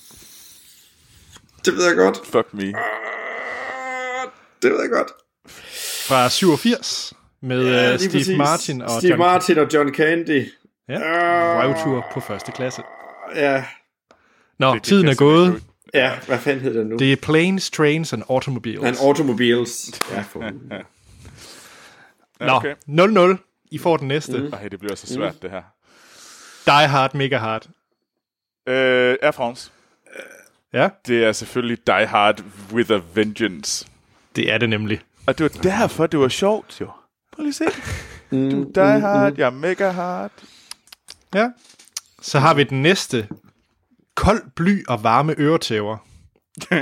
Det ved jeg godt. Fuck me. Uh, det ved jeg godt. Fra syvogfirs. med Ja, uh, Steve præcis. Martin og Steve John Martin og John Candy. Ja, Uh, røvtur på første klasse. Ja, Nå, Det- det tiden kan er jeg simpelthen gået. ikke ja, hvad fanden hedder den nu? Det er Planes, Trains and Automobiles. And Automobiles. Ja, for Ja, Nå, okay. nul nul. I får den næste. Mm. Ej, det bliver så svært, mm. det her. Die Hard, Mega Hard. Øh, Air France. Ja, Det er selvfølgelig Die Hard with a Vengeance. det er det nemlig. Og det var derfor, det var sjovt, jo. Prøv lige at se. Du Die Hard, jeg er Mega Hard. Ja. Så har vi den næste. Kold bly og varme øretæver. Åh,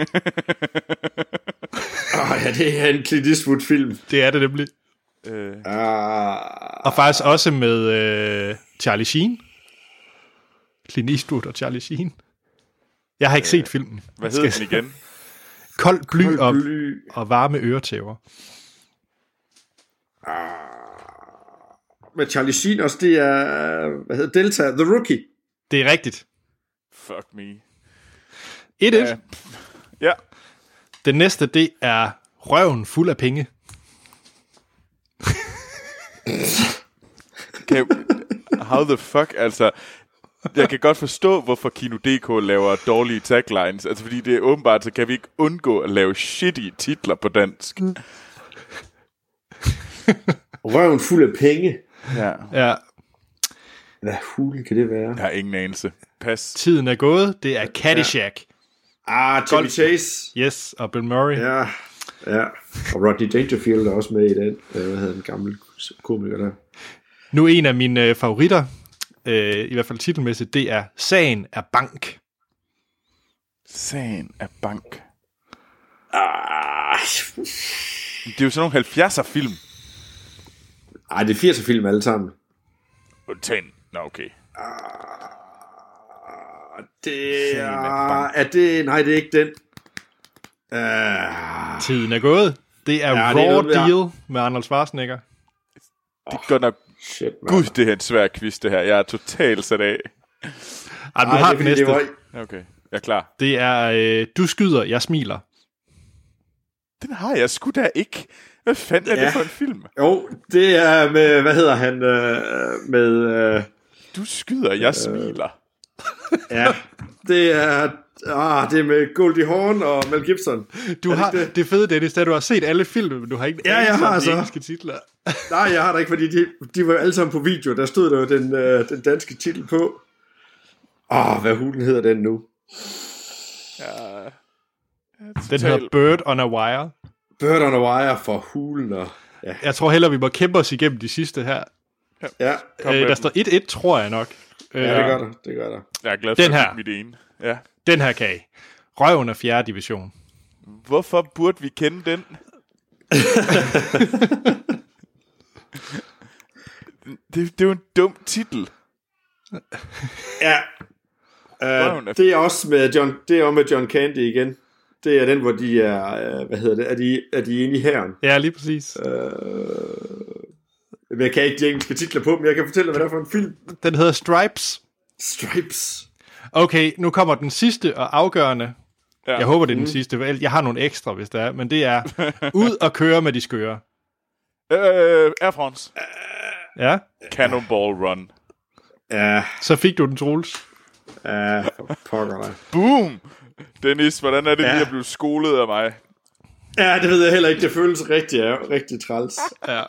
oh, ja, det er en Clint Eastwood-film. Det er det nemlig. Øh, Ah, Og faktisk også med øh, Charlie Sheen. Clint Eastwood og Charlie Sheen. Jeg har ikke set filmen. hvad hedder den igen? Kold bly, Kold og, bly. og varme øretæver. Men Charlie Sheen også, det er, hvad hedder Delta, The Rookie. Det er rigtigt. Fuck me. et et. Ja. Ja. Den næste, det er Røven fuld af penge. Kan jeg, how the fuck, altså... Jeg kan godt forstå, hvorfor Kino punktum d k laver dårlige taglines. Altså, fordi det er åbenbart, så kan vi ikke undgå at lave shitty titler på dansk. Røven fuld af penge. Ja. Ja, Hvad hulen kan det være? Jeg har ingen anelse. Pas. tiden er gået. Det er Caddyshack. Ah, Chevy Chase. Yes, og Bill Murray. Ja, ja. Og Rodney Dangerfield er også med i den. Hvad hedder den gamle komiker der? Nu en af mine øh, favoritter, øh, i hvert fald titelmæssigt, det er Sagen er bank. Sagen af bank. Ah, Det er jo sådan nogle halvfjerdser film. ej, det er firserne film alle sammen. Ten. Nå, okay. Det er... Er det... Nej, det er ikke den. Uh, Tiden er gået. Det er Ja, ja, det er Raw noget, ja. Deal med Arnold Schwarzenegger. Det er godt nok... shit, man. Gud, det er en svær quiz, det her. Jeg er totalt sat af. Ej, du Ej, har det er den fordi, næste. det Det, var... Okay, jeg er klar. det er øh, Du skyder, jeg smiler. Den har jeg sgu da ikke. Hvad fanden er Ja. det for en film? Jo, det er med... Hvad hedder han? Øh, med... Øh, Du skyder, jeg smiler. ja, det er... Ah, det er med Goldie Hawn og Mel Gibson. Du Er det har, ikke det? det fede, Dennis, er, at du har set alle film, men du har ikke Ja, jeg anelse om har de så. engelske titler. Nej, jeg har da ikke, fordi de, de var jo alle sammen på video. Der stod der jo den, øh, den danske titel på. Åh, oh, hvad hulen hedder den nu? Ja, Den hedder Bird on a Wire. Bird on a Wire for hulen og... Ja, Jeg tror hellere, vi må kæmpe os igennem de sidste her. ja, Kom Øh, med der dem. står et et, tror jeg nok. Øh, ja det gør der, det gør der. Jeg er glad for, Den at her. jeg fik mit ene. Ja. Den her kan I. Røven af fjerde division. Hvorfor burde vi kende den? det, det er jo en dum titel. Ja, Røven uh, er- det er også med John, det er også med John Candy igen. Det er den, hvor de er, uh, hvad hedder det, er de, er de inde i hæren. Ja, lige præcis. Uh, men jeg kan ikke de engelske titler på, men jeg kan fortælle dig, hvad det er for en film. Den hedder Stripes. Stripes. Okay, nu kommer den sidste og afgørende. Ja. Jeg håber, det er den sidste. Vel, jeg har nogle ekstra, hvis der er. Men det er ud og køre med de skøre. Øh, Air France. Ja, Cannonball Run. Ja, så fik du den, Troels. ja, for pokker dig. Boom! Dennis, hvordan er det Ja. lige at blive skolet af mig? Ja, det ved jeg heller ikke. Det føles rigtig, ja, rigtig træls. Ja.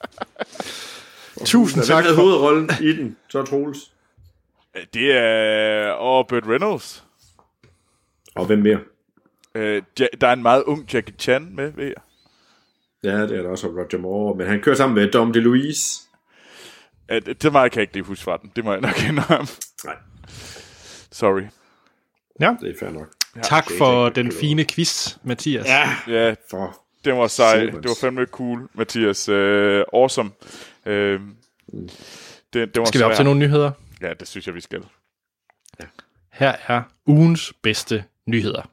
Tusind Hvem tak havde for... hovedrollen i den? Så Troels. Det er... Åh, Burt Reynolds. Og hvem mere? Øh, ja, der er en meget ung Jackie Chan med, ved jeg. Ja, det er der også Roger Moore, men han kører sammen med Dom DeLuise. Ja, det, det var jeg kan jeg ikke lige huske fra den. Det må jeg nok indrømme. Nej, Sorry. Ja. det er fair nok. Tak det er for ikke- den fine quiz, Mathias. Ja, Ja, for... det var sej. Silvers. Det var fandme cool, Mathias. Øh, awesome. Øh, det, det var Skal vi op svær. til nogle nyheder? Ja, det synes jeg, vi skal. Her er ugens bedste nyheder.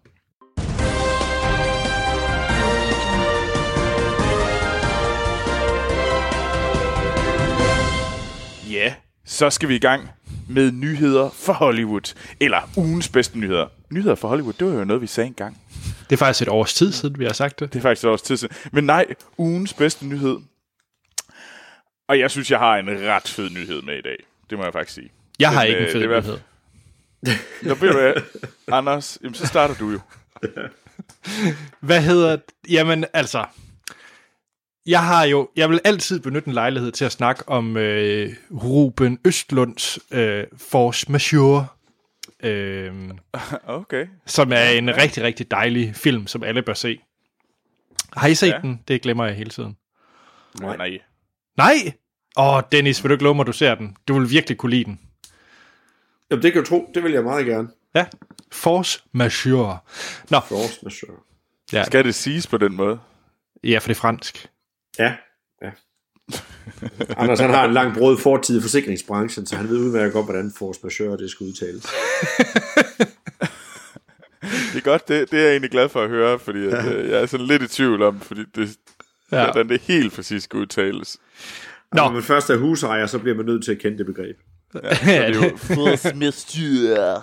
Ja, så skal vi i gang med nyheder for Hollywood. Eller ugens bedste nyheder. Nyheder for Hollywood, det var jo noget, vi sagde engang. Det er faktisk et års tid siden, vi har sagt det. Det er faktisk også tid siden. Men nej, ugens bedste nyhed. Og jeg synes, jeg har en ret fed nyhed med i dag. Det må jeg faktisk sige. Jeg har Men, ikke en øh, fed det er nyhed. Nå, ved du hvad, Anders, jamen, så starter du jo. Hvad hedder... Jamen, altså... Jeg har jo... Jeg vil altid benytte en lejlighed til at snakke om øh, Ruben Østlunds øh, Force Majeure. Øh, Okay. som er en rigtig, rigtig dejlig film, som alle bør se. Har I set Ja. den? Det glemmer jeg hele tiden. Nej. Nej. Nej! Åh, oh, Dennis, vil du ikke love mig, du ser den? Du vil virkelig kunne lide den. Jamen, det kan du tro. Det vil jeg meget gerne. Ja. Force Majeure. Nå, Force Majeure. ja, Skal det siges på den måde? ja, for det er fransk. Ja, ja. Anders, han har en lang brød fortid i forsikringsbranchen, så han ved udmærket godt, hvordan Force Majeure det skal udtales. Det er godt, det, det er jeg egentlig glad for at høre, fordi at, øh, jeg er sådan lidt i tvivl om, fordi det, Ja. ja. hvordan det helt præcis skal udtales. Nå. Når man først er husejer, så bliver man nødt til at kende det begreb. Ja, så det er jo Force Majeure.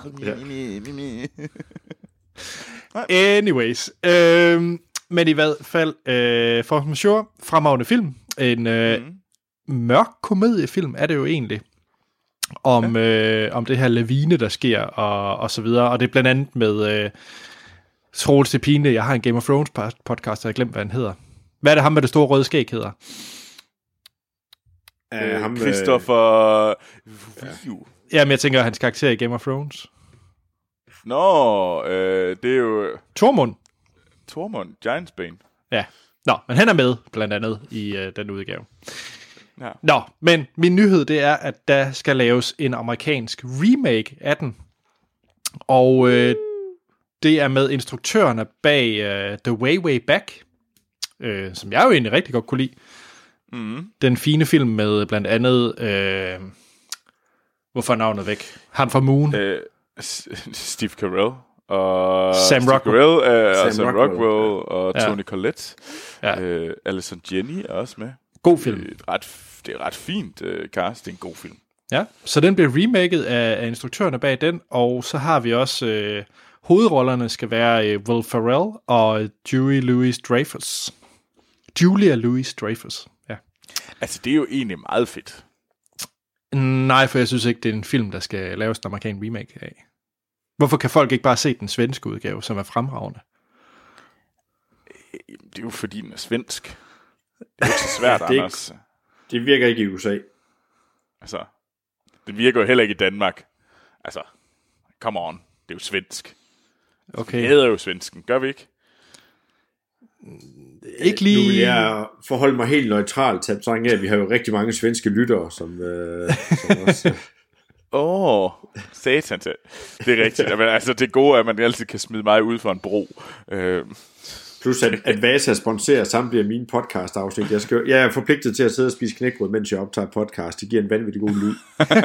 Anyways. Øh, men i hvert fald, øh, Force Majeure, fremragende film. En øh, mm. mørk komediefilm er det jo egentlig. Om, ja. øh, om det her lavine, der sker, og, og så videre. Og det er blandt andet med øh, Troels til Pine. Jeg har en Game of Thrones podcast, og jeg har glemt, hvad han hedder. Hvad er det ham med det store røde skæg hedder? Uh, ham, Christopher... Ja. Jamen, jeg tænker, hans karakter i Game of Thrones. Nå, øh, det er jo Tormund. Tormund, Giantsbane. Ja. Nå, men han er med, blandt andet, i øh, den udgave. Ja. Nå, men min nyhed, det er, at der skal laves en amerikansk remake af den. Og øh, det er med instruktørerne bag øh, The Way Way Back, øh, som jeg jo egentlig rigtig godt kunne lide. Mm. Den fine film med blandt andet... Øh, hvorfor er navnet væk? Han fra Moon. Øh, S- Steve Carell. Og Sam Steve Rockwell. Carell, øh, Sam og Sam Rockwell, Rockwell og Ja. Toni Collette. Ja. Øh, Alison Jenny er også med. God film. Det er et ret, det er et ret fint øh, cast. Det er en god film. Ja, så den bliver remaket af, af instruktørerne bag den, og så har vi også... Øh, hovedrollerne skal være øh, Will Ferrell og Julie Louis-Dreyfus. Julia Louis-Dreyfus, ja. Altså, det er jo egentlig meget fedt. Nej, for jeg synes ikke, det er en film, der skal laves en amerikansk remake af. Hvorfor kan folk ikke bare se den svenske udgave, som er fremragende? Det er jo fordi, den er svensk. Det er jo ikke så svært, Ja, det er ikke- Anders. Det virker ikke i U S A. Altså, det virker jo heller ikke i Danmark. Altså, come on. Det er jo svensk. Okay. Det hedder jo svensken, gør vi ikke? Ikke Nu vil lige... jeg forholde mig helt neutralt til betragtning af, at vi har jo rigtig mange svenske lyttere, som, øh, som også... Åh, oh, satan. Det er rigtigt. Men, altså, det gode er, at man altid kan smide mig ud for en bro. Øh, Plus at, at Vasa sponsorer samtlige af mine podcast-afsnit. Jeg, skal, jeg er forpligtet til at sidde og spise knækbrød, mens jeg optager podcast. Det giver en vanvittig god lyd.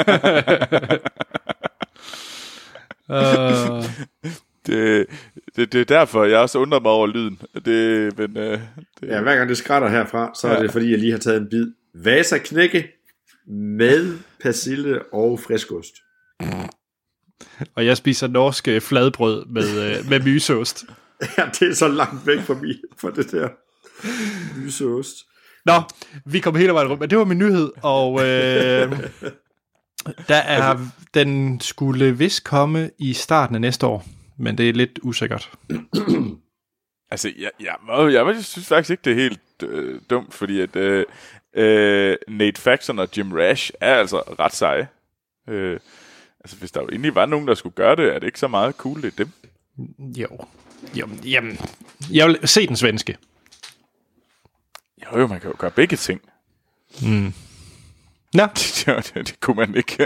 Uh, det, det, det er derfor, jeg også undrer mig over lyden. Det, men, øh, det, Ja, hver gang det skrætter herfra, så er Ja. det fordi, jeg lige har taget en bid Vasa knække med persille og friskost. og jeg spiser norsk øh, fladbrød med, øh, med myseost. Ja, det er så langt væk fra mig, for det der myseost. Nå, vi kom hele vejen rundt, men det var min nyhed, og øh, der er, den skulle vist komme i starten af næste år, men det er lidt usikkert. Altså, jeg, jeg, jeg, jeg synes faktisk ikke, det er helt øh, dumt, fordi at øh, øh, Nate Faxon og Jim Rash er altså ret seje. Øh, altså, hvis der jo egentlig var nogen, der skulle gøre det, er det ikke så meget cool, det er dem. Jo, jo jamen, jeg vil se den svenske. Jo, jo, man kan jo gøre begge ting. Mm. Nå, det, det, det kunne man ikke.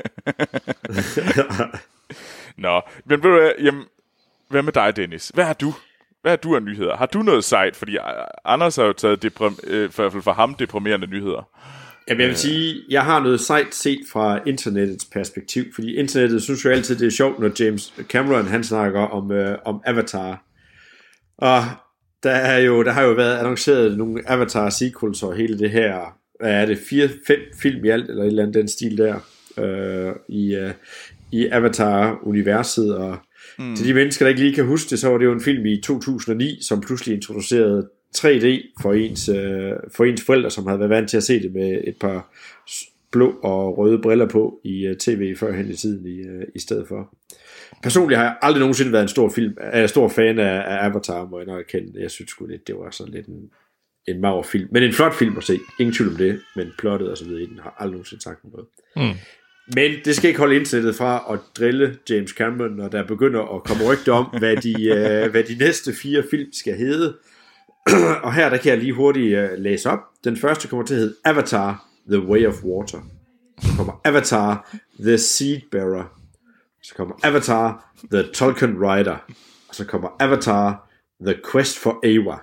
Nå, men ved du hvad, jamen, hvad med dig, Dennis? Hvad har du? Hvad har du af nyheder? Har du noget sejt? Fordi Anders har jo taget deprim- øh, for, for ham deprimerende nyheder. Jamen, jeg vil sige, jeg har noget sejt set fra internettets perspektiv, fordi internettet synes jo altid, det er sjovt, når James Cameron, han snakker om, øh, om Avatar. Og der, er jo, der har jo været annonceret nogle Avatar sequels og hele det her, hvad er det, fire, fem film i alt, eller et eller andet den stil der, øh, i, øh, i Avatar-universet, og mm. til de mennesker, der ikke lige kan huske det, så var det jo en film i to tusind og ni, som pludselig introducerede tre D for ens, øh, for ens forældre, som havde været vant til at se det med et par blå og røde briller på i uh, tv førhen i tiden i, uh, i stedet for. Personligt har jeg aldrig nogensinde været en stor, film, uh, stor fan af, af Avatar, må jeg nok erkende. Jeg synes sgu lidt, det var sådan lidt en, en mager film. Men en flot film at se. Ingen tvivl om det, men plottet og så videre i den har aldrig nogensinde sagt noget. Mm. Men det skal ikke holde indsættet fra at drille James Cameron, når der begynder at komme rygter om, hvad de, uh, hvad de næste fire film skal hedde. Og her der kan jeg lige hurtigt uh, læse op. Den første kommer til at hedde Avatar The Way of Water. Så kommer Avatar The Seedbearer. Så kommer Avatar The Tolkien Rider. Og så kommer Avatar The Quest for Awa.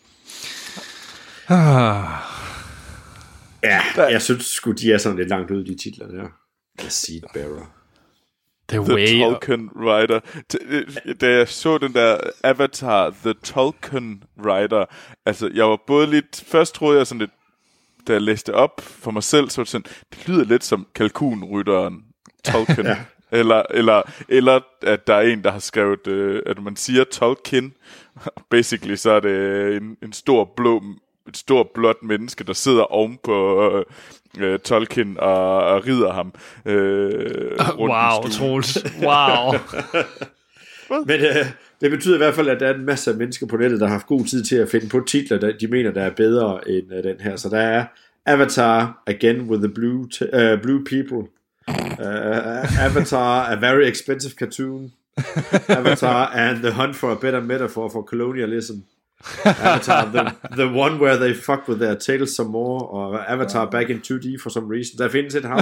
Ja, jeg synes sgu, de er sådan lidt langt ude, de titler der. The Seedbearer. The, The way Tolkien Rider. Da jeg så den der Avatar The Tolkien Rider, altså jeg var både lidt, først troede jeg sådan lidt, da jeg læste op for mig selv, så var det sådan, det lyder lidt som kalkunrytteren Tolkien. Ja. Eller, eller, eller at der er en, der har skrevet, øh, at man siger Tolkien, basically så er det en, en stor blå, et stort blåt menneske, der sidder oven på øh, Tolkien og, og rider ham øh, rundt wow, i stuen. Troels. Wow. Men øh, det betyder i hvert fald, at der er en masse af mennesker på nettet, der har haft god tid til at finde på titler, der de mener, der er bedre end uh, den her. Så der er Avatar Again with the Blue, t- uh, blue People. Uh, Avatar, a very expensive cartoon. Avatar and the hunt for a better metaphor for colonialism. Avatar, the, the one where they fuck with their tails some more. Og Avatar back in to D for some reason. Der findes et hav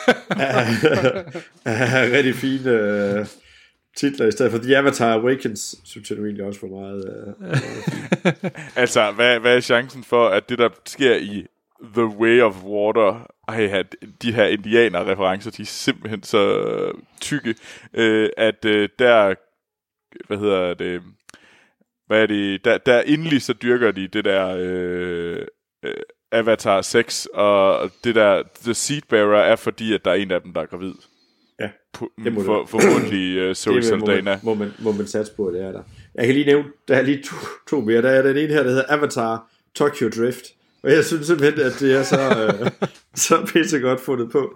af rigtig fine uh, titler i stedet for The Avatar Awakens, synes jeg nu egentlig også for meget. Uh, altså, hvad, hvad er chancen for, at det der sker i The Way of Water, ej, de her indianer-referencer, de er simpelthen så tykke, øh, at øh, der, hvad hedder det, hvad er det, der, der endelig så dyrker de det der øh, øh, Avatar seks, og det der The Seedbearer er fordi, at der er en af dem, der er gravid. Ja, det må for, formodentlig uh, Zoe Saldana. Må man, må man satse på, det er der. Jeg kan lige nævne, der er lige to, to mere. Der er den ene her, der hedder Avatar Tokyo Drift. Og jeg synes simpelthen, at det er så, øh, så pissegodt fundet på.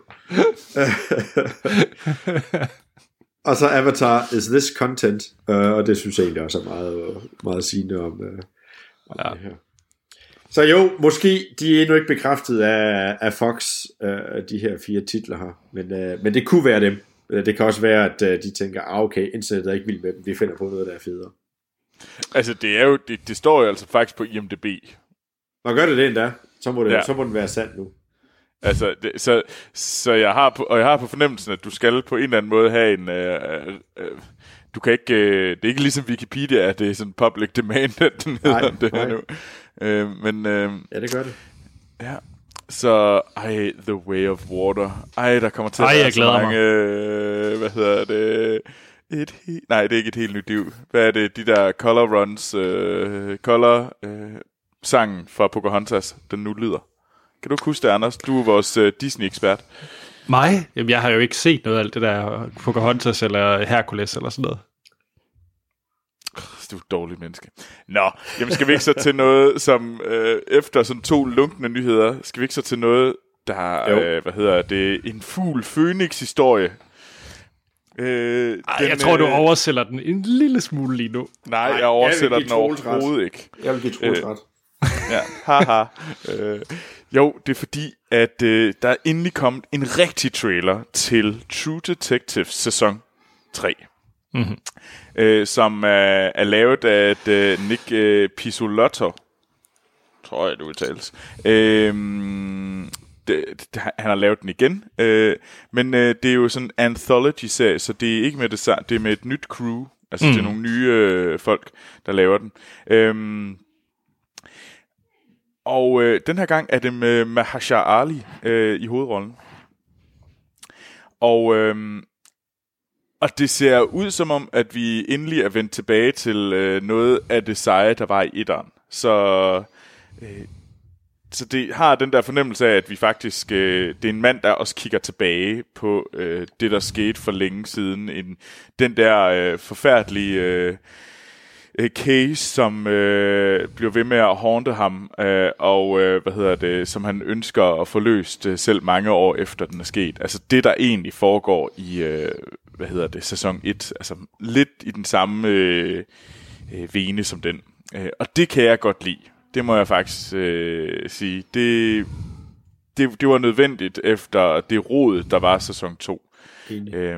Og så Avatar Is This Content. Uh, og det synes jeg egentlig også er meget, meget sigende om, uh, om ja. det her. Så jo, måske de er endnu ikke bekræftet af, af Fox, uh, de her fire titler her. Men, uh, men det kunne være dem. Det kan også være, at uh, de tænker, ah okay, internettet er ikke vildt med dem. Vi finder på noget, der er federe. Altså, det er jo, det, det står jo altså faktisk på I M D B. Nå, gør det det endda. Så må, det, ja. så må den være sandt nu. Altså, det, så, så jeg har på, og jeg har på fornemmelsen, at du skal på en eller anden måde have en, øh, øh, du kan ikke, øh, det er ikke ligesom Wikipedia, at det er sådan public demand, at den hedder nej, det her nu. Øh, men, øh, ja, det gør det. Ja, så, ej, The Way of Water. Ej, der kommer til at være så mange, øh, hvad hedder det, et he- nej, det er ikke et helt nyt liv. Hvad er det, de der color runs, øh, color, øh, sangen fra Pocahontas, den nu lyder. Kan du huske det, Anders? Du er vores uh, Disney-ekspert. Mig? Jamen, jeg har jo ikke set noget af alt det der Pocahontas eller Hercules eller sådan noget. Du er et dårligt menneske. Nå, jamen skal vi ikke så til noget, som øh, efter sådan to lunkne nyheder, skal vi ikke så til noget, der øh, hvad hedder det, en fugl Phoenix-historie. Øh, Ej, den, jeg tror, du øh, oversætter den en lille smule lige nu. Nej, jeg oversætter jeg den overhovedet ikke. Jeg vil give Troels ret. Ja, haha. øh, jo, det er fordi, at øh, der er endelig kommet en rigtig trailer til True Detective sæson tre. Mm-hmm. Øh, som er, er lavet af et, øh, Nick øh, Pizzolatto, tror jeg det udtales. Øh, det, det, han har lavet den igen, øh, men øh, det er jo sådan en anthology-serie, så det er ikke med det, det er med et nyt crew, altså mm. det er nogle nye øh, folk, der laver den. Øh, Og øh, den her gang er det med Mahershala Ali øh, i hovedrollen. Og, øh, og det ser ud som om, at vi endelig er vendt tilbage til øh, noget af det seje, der var i etteren. Så, øh, så det har den der fornemmelse af, at vi faktisk, øh, det er en mand, der også kigger tilbage på øh, det, der skete for længe siden. En, den der øh, forfærdelige... Øh, øh, case, som øh, bliver ved med at haunte ham, øh, og øh, hvad hedder det, som han ønsker at få løst øh, selv mange år efter den er sket. Altså det, der egentlig foregår i, øh, hvad hedder det, sæson et, altså lidt i den samme øh, øh, vene som den. Øh, og det kan jeg godt lide. Det må jeg faktisk øh, sige. Det, det, det var nødvendigt efter det rod, der var sæson to. Øh,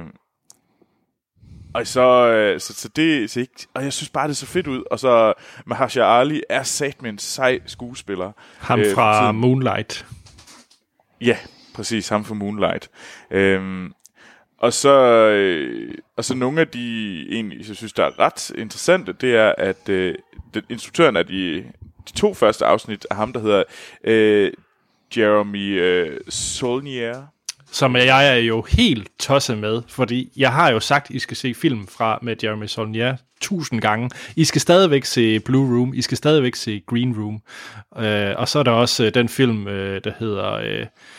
og så, så, så det så ikke, og jeg synes bare, det så fedt ud. Og så Mahershala Ali er satme en sej skuespiller. Ham øh, fra Moonlight. Ja, præcis. Ham fra Moonlight. Øh, og, så, øh, og så nogle af de, egentlig, jeg synes, der er ret interessante, det er, at øh, den, instruktøren af de, de to første afsnit er ham, der hedder øh, Jeremy øh, Saulnier. Som jeg er jo helt tosset med, fordi jeg har jo sagt, I skal se film fra med Jeremy Saulnier tusind gange. I skal stadigvæk se Blue Room, I skal stadigvæk se Green Room. Øh, og så er der også øh, den film, øh, der hedder øh,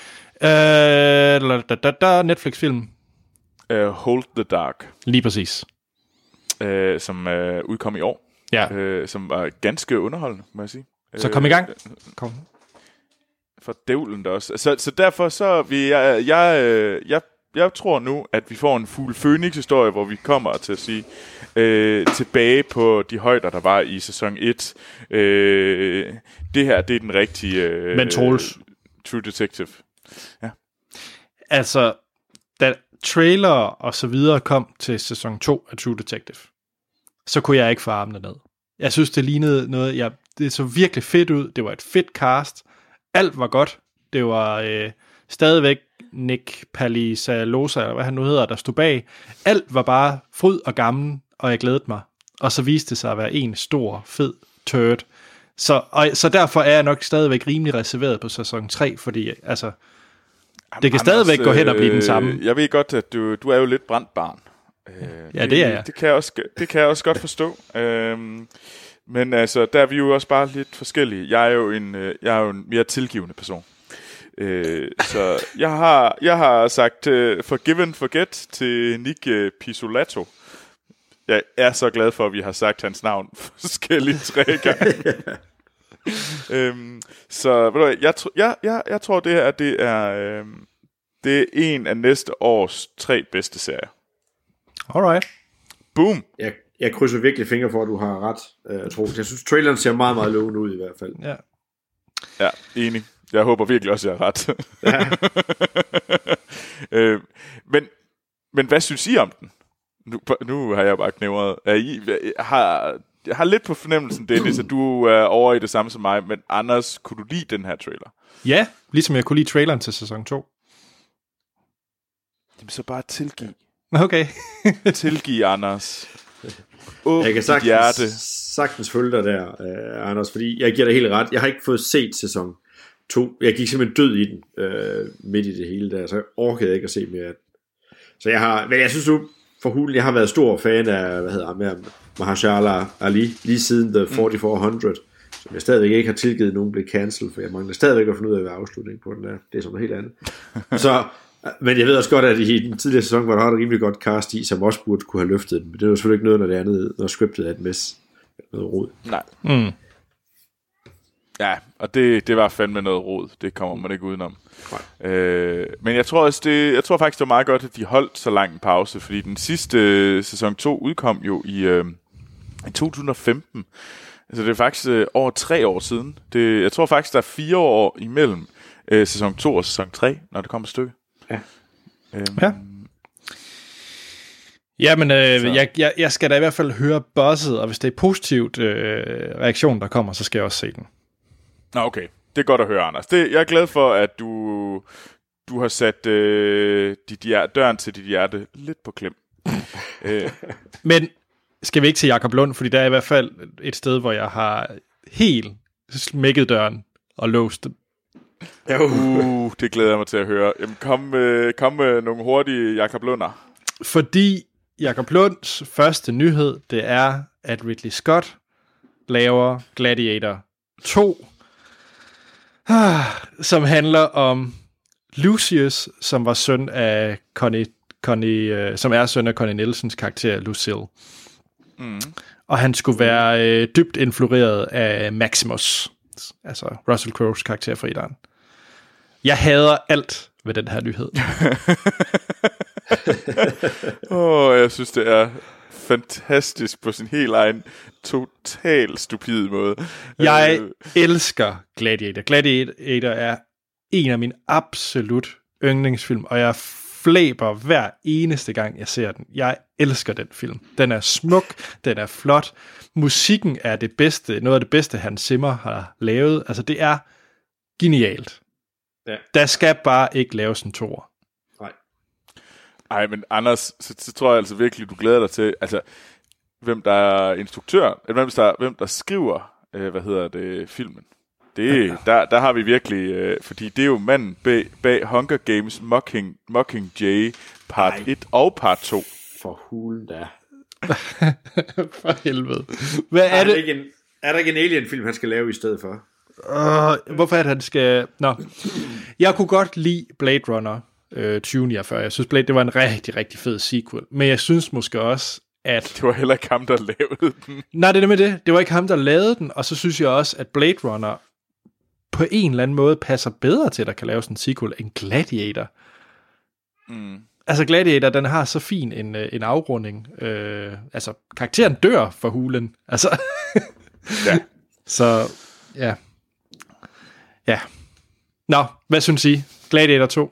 øh, da, da, da, Netflix-film. Uh, Hold the Dark. Lige præcis. Uh, som uh, udkom i år. Ja. Uh, som var ganske underholdende, må jeg sige. Så kom i gang. Kom. For dævlen der også. Så, så derfor så vil jeg, jeg, jeg, jeg tror nu, at vi får en fugl Phoenix-historie, hvor vi kommer til at sige øh, tilbage på de højder, der var i sæson et. Øh, det her, det er den rigtige øh, Men Troels. True Detective. Ja. Altså, da trailer og så videre kom til sæson to af True Detective, så kunne jeg ikke få armene ned. Jeg synes, det lignede noget, jeg, det så virkelig fedt ud. Det var et fedt cast. Alt var godt. Det var øh, stadigvæk Nick Palisalosa, eller hvad han nu hedder, der stod bag. Alt var bare fryd og gammel, og jeg glædede mig. Og så viste det sig at være en stor, fed turd. Så, og, så derfor er jeg nok stadigvæk rimelig reserveret på sæson tre, fordi altså, Jamen, det kan stadigvæk øh, gå hen og blive den samme. Jeg ved godt, at du, du er jo lidt brændt barn. Øh, ja, det, det er jeg. Det kan jeg også, det kan jeg også godt forstå. Øh, Men altså, der er vi jo også bare lidt forskellige. Jeg er jo en, jeg er jo en mere tilgivende person. Øh, så jeg har, jeg har sagt uh, forgive and forget til Nick uh, Pizzolatto. Jeg er så glad for, at vi har sagt hans navn forskellige tre gange. øhm, så ved du hvad, jeg, tr- jeg, jeg, jeg tror, det her det er, øh, det er en af næste års tre bedste serier. Alright. Boom. Jeg, jeg krydser virkelig fingre for, at du har ret, øh, Troels. Jeg synes, traileren ser meget, meget lovende ud i hvert fald. Ja. Ja, enig. Jeg håber virkelig også, at jeg har ret. Ja. øh, men, men hvad synes I om den? Nu, nu har jeg bare knævret. I, jeg, har, jeg har lidt på fornemmelsen, Dennis, at du er over i det samme som mig, men Anders, kunne du lide den her trailer? Ja, ligesom jeg kunne lide traileren til sæson to. Jamen så bare tilgiv. Okay. Tilgiv, Anders. Åbn jeg kan sagtens, hjerte. sagtens følge dig der, uh, Anders, fordi jeg giver dig helt ret. Jeg har ikke fået set sæson to. Jeg gik simpelthen død i den uh, midt i det hele der, så jeg orkede ikke at se mere. Så jeg har, men jeg synes du, for hulen, jeg har været stor fan af, hvad hedder han, Mahershala Ali, lige siden The forty-four hundred, som jeg stadigvæk ikke har tilgivet, nogen blev cancelled, for jeg mangler stadigvæk at finde ud af, hvad afslutningen på den er. Det er sådan noget helt andet. Så, men jeg ved også godt, at i den tidligere sæson var der et rimelig godt cast i, som også burde kunne have løftet den, men det er jo selvfølgelig ikke noget, når det andet, når scriptet er et mess, noget rod. Nej. Mm. Ja, og det, det var fandme noget rod. Det kommer man ikke udenom. Øh, men jeg tror også det, jeg tror faktisk det var meget godt, at de holdt så lang en pause, fordi den sidste øh, sæson to udkom jo i, øh, i to tusind og femten. Altså det er faktisk øh, over tre år siden. Det, jeg tror faktisk der er fire år imellem øh, sæson to og sæson tre, når det kommer et stykke. Ja. Øhm, ja. Jamen, øh, jeg, jeg, jeg skal da i hvert fald høre buzzet, og hvis det er positivt øh, reaktion, der kommer, så skal jeg også se den. Nå, okay. Det er godt at høre, Anders. Det, jeg er glad for, at du, du har sat øh, dit hjerte, døren til dit hjerte lidt på klem. øh. Men skal vi ikke til Jakob Lund, fordi der er i hvert fald et sted, hvor jeg har helt smækket døren og låst den. Uh, det glæder jeg mig til at høre. Jamen, kom, øh, kom med nogle hurtige Jakob Lunder. Fordi Jakob Lunds første nyhed, det er, at Ridley Scott laver Gladiator to, som handler om Lucius, som var søn af Connie, Connie, uh, som er søn af Connie Nielsens karakter Lucille. Mm. Og han skulle være øh, dybt influeret af Maximus, altså Russell Crowe's karakter fra etteren. Jeg hader alt ved den her nyhed. Åh, oh, jeg synes, det er fantastisk på sin helt egen, total stupid måde. Jeg øh. elsker Gladiator. Gladiator er en af mine absolut yndlingsfilm, og jeg flæber hver eneste gang, jeg ser den. Jeg elsker den film. Den er smuk, den er flot. Musikken er det bedste, noget af det bedste, Hans Zimmer har lavet. Altså, det er genialt. Ja. Der skal bare ikke laves en toer. Nej. Ej, men Anders, så, så tror jeg altså virkelig, du glæder dig til, altså, hvem der er instruktør, eller hvem der, hvem der skriver, øh, hvad hedder det, filmen. Det, ja. der, der har vi virkelig, øh, fordi det er jo manden bag, bag Hunger Games, Mocking, Mockingjay, part Ej. et og part to. For hulen da. For helvede. Hvad er, er det? Ikke en, er der ikke en Alien-film, han skal lave i stedet for? Uh, hvorfor er det, han skal... Nå. Jeg kunne godt lide Blade Runner øh, tyve niogfyrre. Jeg synes, Blade det var en rigtig, rigtig fed sequel. Men jeg synes måske også, at... Det var heller ikke ham, der lavede den. Nej, det er det med det. Det var ikke ham, der lavede den. Og så synes jeg også, at Blade Runner på en eller anden måde passer bedre til, at der kan laves en sequel end Gladiator. Mm. Altså Gladiator, den har så fin en, en afrunding. Øh, altså, karakteren dør for hulen. Altså... ja. Så, ja... Ja. Nå, hvad synes I? Gladiator to?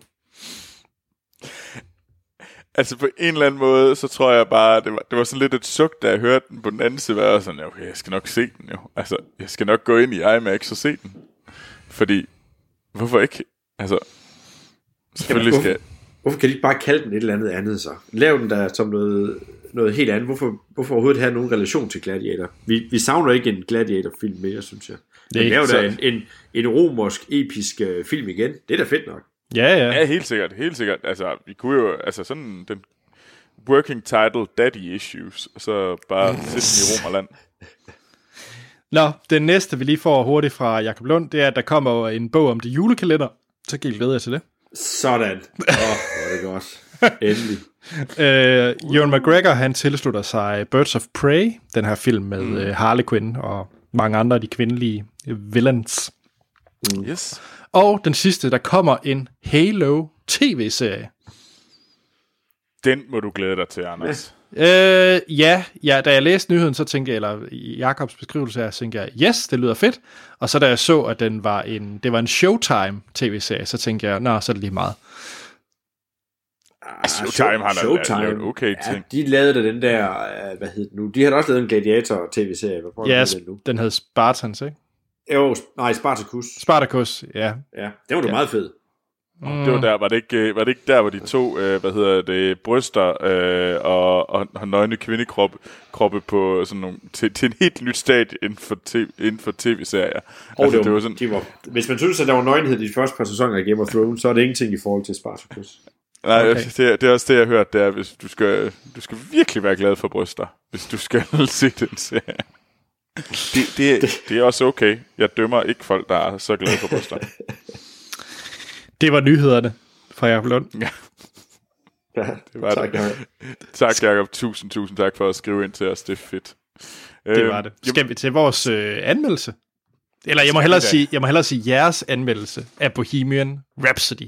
Altså på en eller anden måde, så tror jeg bare, det var, det var sådan lidt et suk, da jeg hørte den på den anden side, var sådan, okay, jeg skal nok se den jo. Altså, jeg skal nok gå ind i IMAX og se den. Fordi, hvorfor ikke? Altså, selvfølgelig skal... Hvorfor, hvorfor kan de ikke bare kalde den et eller andet andet så? Lav den der som noget, noget helt andet. Hvorfor, hvorfor overhovedet have nogen relation til Gladiator? Vi, vi savner ikke en Gladiator-film mere, synes jeg. Det er jo da en, en, en romersk, episk uh, film igen. Det er da fedt nok. Ja, ja. Ja, helt sikkert, helt sikkert. Altså, vi kunne jo, altså sådan den working title Daddy Issues, og så bare sætte den i Romerland. Nå, den næste, vi lige får hurtigt fra Jakob Lund, det er, at der kommer en bog om det julekalender. Så kan I glæde jer til det. Sådan. Åh, oh, hvor er det godt. Endelig. uh, Ewan McGregor, han tilslutter sig Birds of Prey, den her film med mm. uh, Harley Quinn og mange andre af de kvindelige villains. Mm. Yes. Og den sidste, der kommer en Halo tv-serie. Den må du glæde dig til, Anders. Øh, ja, ja, da jeg læste nyheden, så tænkte jeg, eller i Jakobs beskrivelse her, så tænkte jeg, yes, det lyder fedt. Og så da jeg så, at den var en, det var en Showtime tv-serie, så tænkte jeg, nå, så er det lige meget. Ah, Showtime har Showtime. lavet okay ting. Ja, de lavede da den der, hvad hed den nu? De har også lavet en Gladiator tv-serie. Hvad ja, den, nu? den hed Spartans, ikke? Jo, nej, Spartacus. Spartacus, ja. Ja, det var da ja. meget fedt. Mm. Det var der, var det ikke, var det ikke der, hvor de to, øh, hvad hedder det, bryster øh, og, og, og nøgne kvindekroppe kroppe på sådan nogle, til, til en helt nyt stadie inden for, tv, inden for tv-serier. Og altså, det, var, det var sådan, de var, hvis man synes, at der var nøgenhed i de første par sæsoner af Game of Thrones, så er det ingenting i forhold til Spartacus. Nej, okay. det, det er også det, jeg har hørt, det er, hvis du skal, du skal virkelig være glad for bryster, hvis du skal se den serie. Det, det, det, det er også okay. Jeg dømmer ikke folk, der er så glade for bryster. Det var nyhederne fra Jakob Lund. Ja. Ja, det var tak, det. Tak, Jakob. Tusind, tusind tak for at skrive ind til os. Det er fedt. Det var det. Skal vi til vores øh, anmeldelse? Eller jeg må, hellere sige, jeg må hellere sige jeres anmeldelse af Bohemian Rhapsody.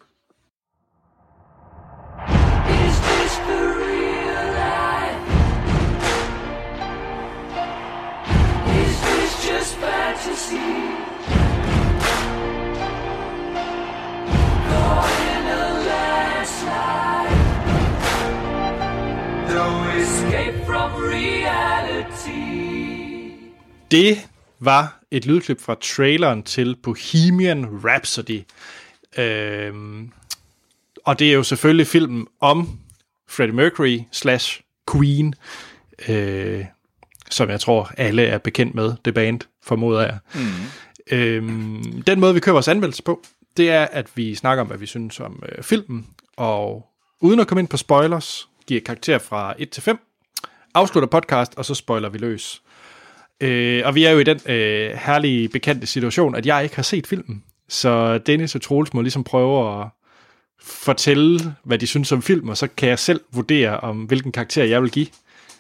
Det var et lydklip fra traileren til Bohemian Rhapsody. Øhm, og det er jo selvfølgelig filmen om Freddie Mercury slash Queen, øh, som jeg tror alle er bekendt med, det band, formoder jeg. Mm. Øhm, den måde, vi kører vores anmeldelse på, det er, at vi snakker om, hvad vi synes om øh, filmen, og uden at komme ind på spoilers, giver karakter fra et til fem, afslutter podcast, og så spoiler vi løs. Øh, og vi er jo i den øh, herlige, bekendte situation, at jeg ikke har set filmen. Så Dennis og Troels må ligesom prøve at fortælle, hvad de synes om film, og så kan jeg selv vurdere, om hvilken karakter jeg vil give.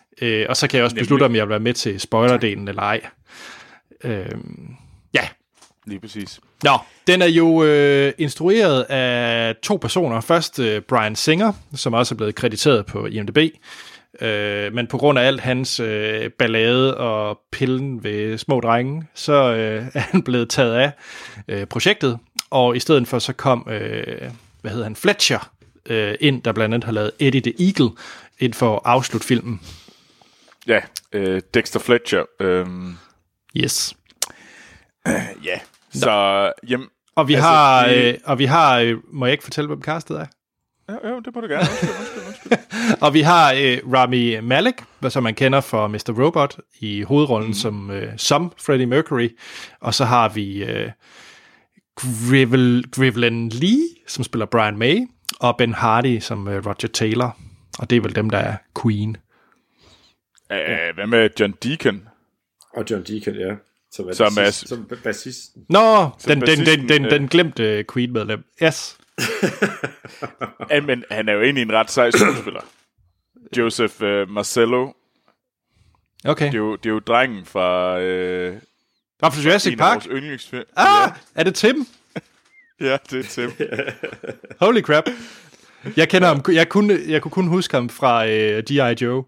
Øh, og så kan jeg også beslutte, om jeg vil være med til spoilerdelen eller ej. Øh, ja. Lige præcis. Nå, den er jo øh, instrueret af to personer. Først øh, Bryan Singer, som også er blevet krediteret på I M D B. Øh, men på grund af alt hans øh, ballade og pillen ved små drenge, så øh, er han blevet taget af øh, projektet. Og i stedet for så kom, øh, hvad hedder han, Fletcher øh, ind, der blandt andet har lavet Eddie the Eagle, ind for at afslutte filmen. Ja, øh, Dexter Fletcher. Øh, Yes. øh, ja, så hjem. Og vi altså, har, det... øh, og vi har, øh, må jeg ikke fortælle, hvem castet er? Ja, ja, det må du gerne. Undskyld, undskyld, undskyld. Og vi har øh, Rami Malek, som man kender fra mister Robot, i hovedrollen mm. som, øh, som Freddie Mercury. Og så har vi øh, Grivel, Grivelin Lee, som spiller Brian May, og Ben Hardy som øh, Roger Taylor. Og det er vel dem, der er Queen. Æh, hvad med John Deacon? Og John Deacon, ja. Som er Som er- bassist- som bassisten. Nå, den, den, bassisten, den, den, øh. den glemte Queen-medlem. Yes. Ja, men han er jo egentlig en ret sej skuespiller. Joseph uh, Marcello. Okay. Det er jo, det er jo drengen fra øh, Og fra Jurassic en af Park. vores yndlingsfilm. Ah, er det Tim? Ja, det er Tim. Holy crap. Jeg kender ham. Jeg kunne, jeg kunne kun huske ham fra øh, G I. Joe.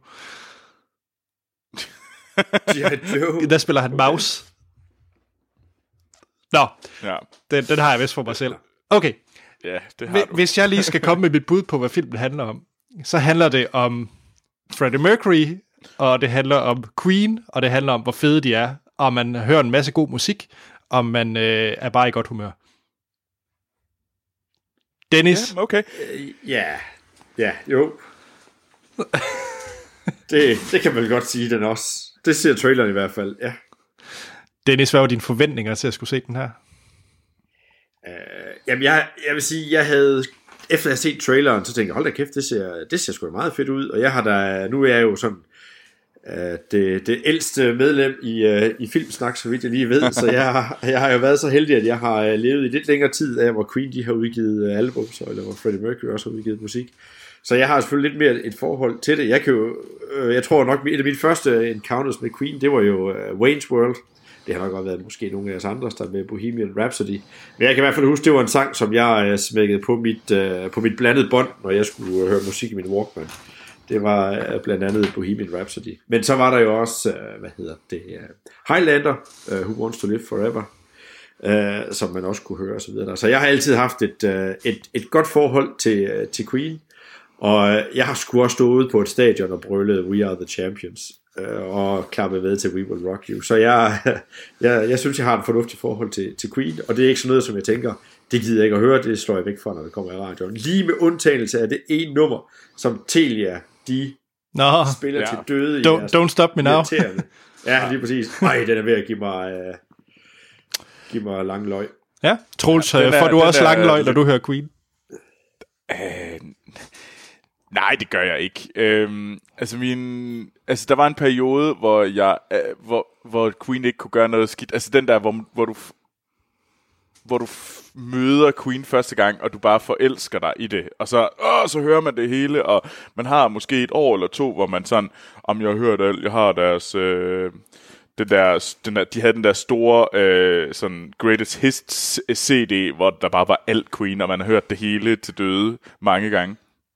Ja, Joe. Der spiller han Mouse. Nå, Ja, den, den har jeg vist for mig selv. Okay, ja det har du. hvis jeg lige skal komme med mit bud på, hvad filmen handler om, så handler det om Freddie Mercury, og det handler om Queen, og det handler om, hvor fede de er, og man hører en masse god musik, og man øh, er bare i godt humør. Dennis, Ja, okay. Ja, ja, jo. det, det kan man godt sige, den også. Det siger traileren i hvert fald, ja. Dennis, hvad var dine forventninger til at skulle se den her? Uh, jamen, jeg, jeg vil sige, jeg havde, efter jeg havde set traileren, så tænkte jeg, hold da kæft, det ser, det ser sgu da meget fedt ud, og jeg har da, nu er jeg jo sådan, uh, det, det ældste medlem i, uh, i Filmsnak, så vidt jeg lige ved, så jeg, har- jeg har jo været så heldig, at jeg har uh, levet i lidt længere tid af, hvor Queen de har udgivet uh, albums, eller hvor Freddie Mercury også har udgivet musik. Så jeg har selvfølgelig lidt mere et forhold til det. Jeg kan jo, øh, jeg tror nok, et af mine første encounters med Queen, det var jo uh, Wayne's World. Det har nok godt været måske nogle af jeres andre, der med Bohemian Rhapsody. Men jeg kan i hvert fald huske, det var en sang, som jeg uh, smækkede på mit, uh, på mit blandede bånd, når jeg skulle uh, høre musik i min Walkman. Det var uh, blandt andet Bohemian Rhapsody. Men så var der jo også, uh, hvad hedder det, uh, Highlander, uh, Who Wants to Live Forever, uh, som man også kunne høre og så videre. Så jeg har altid haft et, uh, et, et godt forhold til, uh, til Queen. Og jeg har sgu også stået på et stadion og brøllet We Are The Champions øh, og klappet med til We Will Rock You. Så jeg, jeg, jeg synes, jeg har et fornuftigt forhold til, til Queen, og det er ikke sådan noget, som jeg tænker, det gider jeg ikke at høre, det slår jeg væk fra, når det kommer i radioen. Lige med undtagelse af det ene nummer, som Telia, de Nå, spiller Ja. til døde i don't, deres don't stop me now. irriterende. Ja, lige præcis. Ej, den er ved at give mig, øh, give mig lang løg. Ja, Troels, Ja, den ja, er- får du den også er- lang løg, når du hører Queen? Øh, nej, det gør jeg ikke. Øhm, altså, min, altså, der var en periode, hvor jeg, øh, hvor, hvor Queen ikke kunne gøre noget skidt. Altså den der, hvor, hvor du, hvor du f- møder Queen første gang, og du bare forelsker dig i det. Og så, åh, så hører man det hele, og man har måske et år eller to, hvor man sådan, om jeg har hørt alt, jeg har deres... Øh, den der, den der, de havde den der store øh, sådan Greatest Hits C D, hvor der bare var alt Queen, og man har hørt det hele til døde mange gange.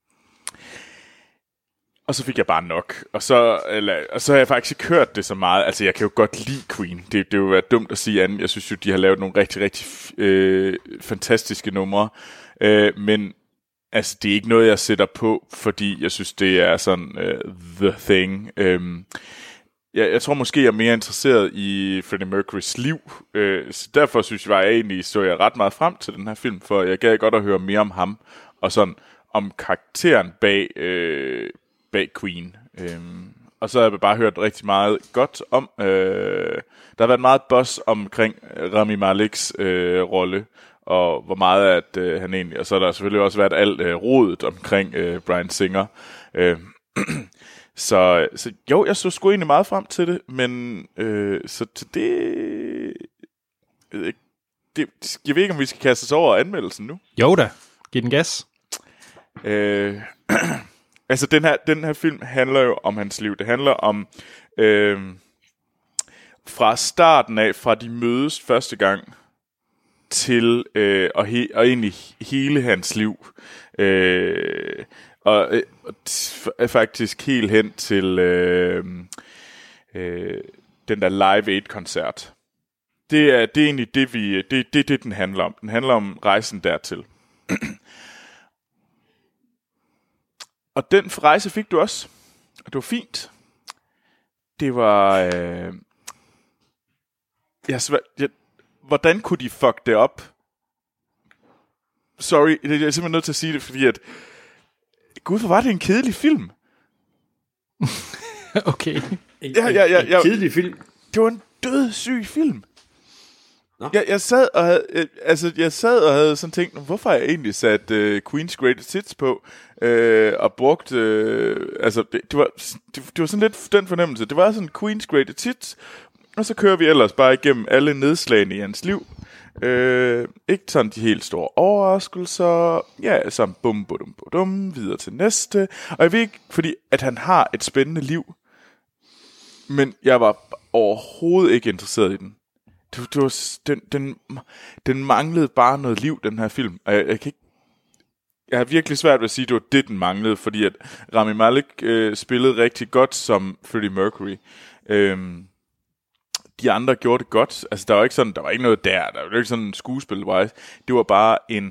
Og så fik jeg bare nok. Og så, eller, og så har jeg faktisk ikke hørt det så meget. Altså, jeg kan jo godt lide Queen. Det, det vil være dumt at sige andet. Jeg synes jo, de har lavet nogle rigtig, rigtig øh, fantastiske numre. Øh, men altså, det er ikke noget, jeg sætter på, fordi jeg synes, det er sådan øh, the thing. Øh, jeg, jeg tror måske, jeg er mere interesseret i Freddie Mercurys liv. Øh, så derfor synes jeg, jeg egentlig så jeg ret meget frem til den her film, for jeg gad godt at høre mere om ham, og sådan om karakteren bag... Øh, bag Queen. Øhm, og så har jeg bare hørt rigtig meget godt om. Øh, der har været meget buzz omkring Rami Maleks øh, rolle, og hvor meget at øh, han egentlig... Og så har der selvfølgelig også været alt øh, rodet omkring øh, Bryan Singer. Øh, så, så jo, jeg så sgu egentlig meget frem til det, men øh, så til det... det... det jeg ved ikke, om vi skal kaste os over anmeldelsen nu. Jo da, giv den gas. Øh, Altså, den her, den her film handler jo om hans liv. Det handler om... Øh, fra starten af, fra de mødes første gang, til øh, og, he, og egentlig hele hans liv. Øh, og, øh, og t- faktisk helt hen til øh, øh, den der Live Aid-koncert. Det er, det er egentlig det, vi, det, det, det, den handler om. Den handler om rejsen dertil. Og den rejse fik du også. Og det var fint. Det var... Øh, jeg, jeg, hvordan kunne de fuck det op? Sorry, jeg er simpelthen nødt til at sige det, fordi at... Gud, hvor var det en kedelig film? Okay. En, ja, ja, ja, ja. en kedelig film? Det var en dødssyg film. Nå. Jeg, jeg, sad og havde, øh, altså, jeg sad og havde sådan tænkt, hvorfor har jeg egentlig sat øh, Queen's Greatest Hits på, øh, og brugt, øh, altså, det, det, var, det, det var sådan lidt den fornemmelse. Det var sådan Queen's Greatest Hits, og så kører vi ellers bare igennem alle nedslagene i hans liv. Øh, ikke sådan de helt store overraskelser. Ja, så bum, bum, bum, videre til næste. Og jeg ved ikke, fordi at han har et spændende liv, men jeg var overhovedet ikke interesseret i den. Det, det var, den, den, den manglede bare noget liv, den her film. Og jeg, jeg kan ikke... Jeg har virkelig svært ved at sige, at det var det, den manglede, fordi at Rami Malek øh, spillede rigtig godt som Freddie Mercury. Øhm, de andre gjorde det godt. Altså, der var ikke sådan, der var ikke noget der. Der var ikke sådan en skuespil-wise. Det var bare en...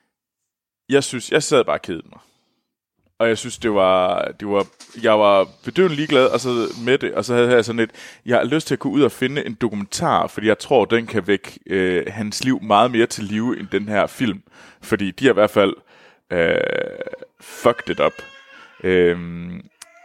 Jeg synes, jeg sad bare og kedede mig. Og jeg synes, det var, det var, jeg var bedøvende ligeglad og så med det, og så havde jeg sådan et, jeg har lyst til at gå ud og finde en dokumentar, fordi jeg tror, den kan vække øh, hans liv meget mere til live end den her film, fordi de har i hvert fald øh, fucked it up. Øhm,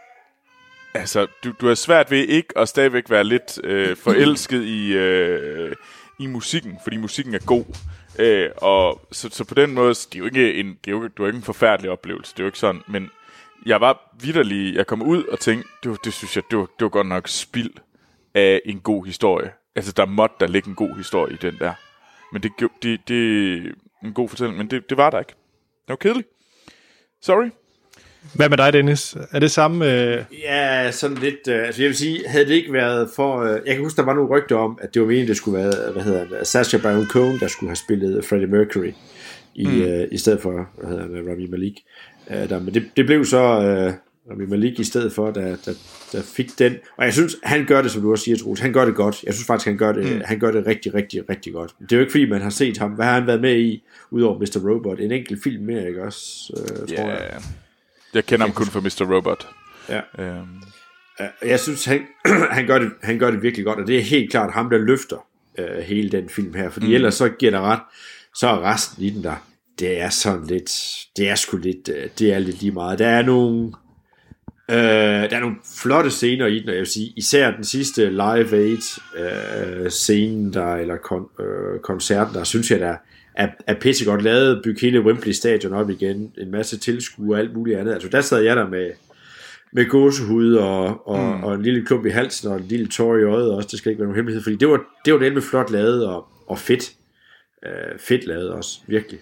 altså, du, du er svært ved ikke at stadigvæk være lidt øh, forelsket i, øh, i musikken, fordi musikken er god. Øh, og så, så på den måde, det er jo ikke en, det er jo, det var ikke en forfærdelig oplevelse, det er jo ikke sådan, men jeg var vitterlig, jeg kom ud og tænkte, det, var, det synes jeg, det var, det var godt nok spild af en god historie. Altså, der måtte der ligge en god historie i den der. Men det, det, det er en god fortælling, men det, det var der ikke. Det var kedeligt. Sorry. Hvad med dig, Dennis? Er det samme... Øh... Ja, sådan lidt... Øh, altså jeg vil sige, havde det ikke været for... Øh, jeg kan huske, der var nogle rygter om, at det var meningen, det skulle være, hvad hedder det, Sacha Baron Cohen, der skulle have spillet Freddie Mercury, i, mm. øh, i stedet for, hvad hedder det, Rami Malek. Øh, der, men det, det blev så øh, Rami Malek i stedet for, der, der, der fik den. Og jeg synes, han gør det, som du også siger, Troels. Han gør det godt. Jeg synes faktisk, han gør det, mm. han gør det rigtig, rigtig, rigtig godt. Det er jo ikke, fordi man har set ham. Hvad har han været med i, udover mister Robot? En enkelt film mere, ikke også? Øh, tror yeah. jeg. Jeg kender ham kun for mister Robot. Ja. Um. Jeg synes, han, han, gør det, han gør det virkelig godt, og det er helt klart ham, der løfter øh, hele den film her, fordi mm. ellers så giver der ret, så er resten i den der, det er sådan lidt, det er sgu lidt, øh, det er lidt lige meget. Der er nogle, øh, der er nogle flotte scener i den, og jeg vil sige, især den sidste Live Aid øh, scenen der, eller kon, øh, koncerten der, synes jeg, der er, er pissegodt lavet, bygge hele Wembley Stadion op igen, en masse tilskuere og alt muligt andet. Altså der sad jeg der med, med gåsehud og, og, mm. og en lille klump i halsen og en lille tår i øjet også, det skal ikke være nogen hemmelighed, fordi det var det var det med flot lavet og, og fedt. Øh, fedt lavet også, virkelig.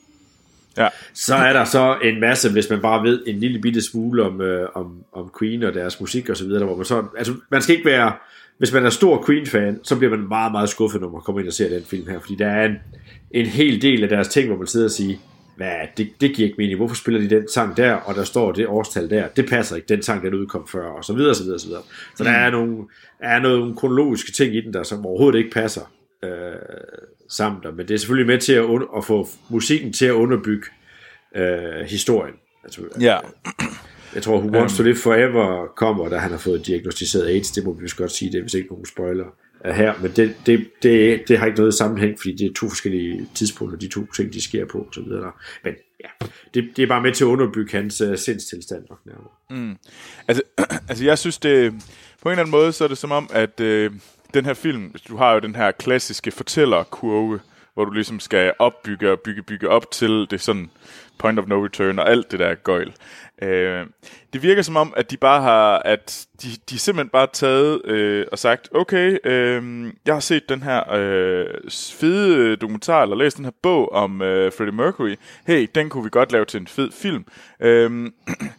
Ja. Så er der så en masse, hvis man bare ved en lille bitte smule om, øh, om, om Queen og deres musik og så videre, hvor man så, altså man skal ikke være, hvis man er stor Queen-fan, så bliver man meget, meget skuffet, når man kommer ind og ser den film her, fordi der er en, en hel del af deres ting, hvor man sidder og siger, hvad, det, det giver ikke mening, hvorfor spiller de den sang der, og der står det årstal der, det passer ikke, den sang den udkom før, og så videre, så videre, så videre. Så mm. der er nogle, er nogle kronologiske ting i den der, som overhovedet ikke passer øh, sammen der, men det er selvfølgelig med til at, under, at få musikken til at underbygge øh, historien. Altså, ja. Jeg tror, Who Wants to Live Forever kommer, da han har fået diagnostiseret AIDS, det må vi vist godt sige, det er vist ikke nogen spoiler her, men det, det, det, det har ikke noget sammenhæng, fordi det er to forskellige tidspunkter, de to ting, de sker på, og så videre. Men ja, det, det er bare med til at underbygge hans uh, sindstilstand nok nærmere. Mm. Altså, altså, jeg synes, det på en eller anden måde, så er det som om, at øh, den her film, du har jo den her klassiske fortællerkurve, hvor du ligesom skal opbygge og bygge, bygge op til det sådan point of no return og alt det der gøjl. Øh, det virker som om, at de bare har, at de, de simpelthen bare taget øh, og sagt, okay, øh, jeg har set den her øh, fede dokumentar, eller læst den her bog om øh, Freddie Mercury. Hey, den kunne vi godt lave til en fed film. Øh,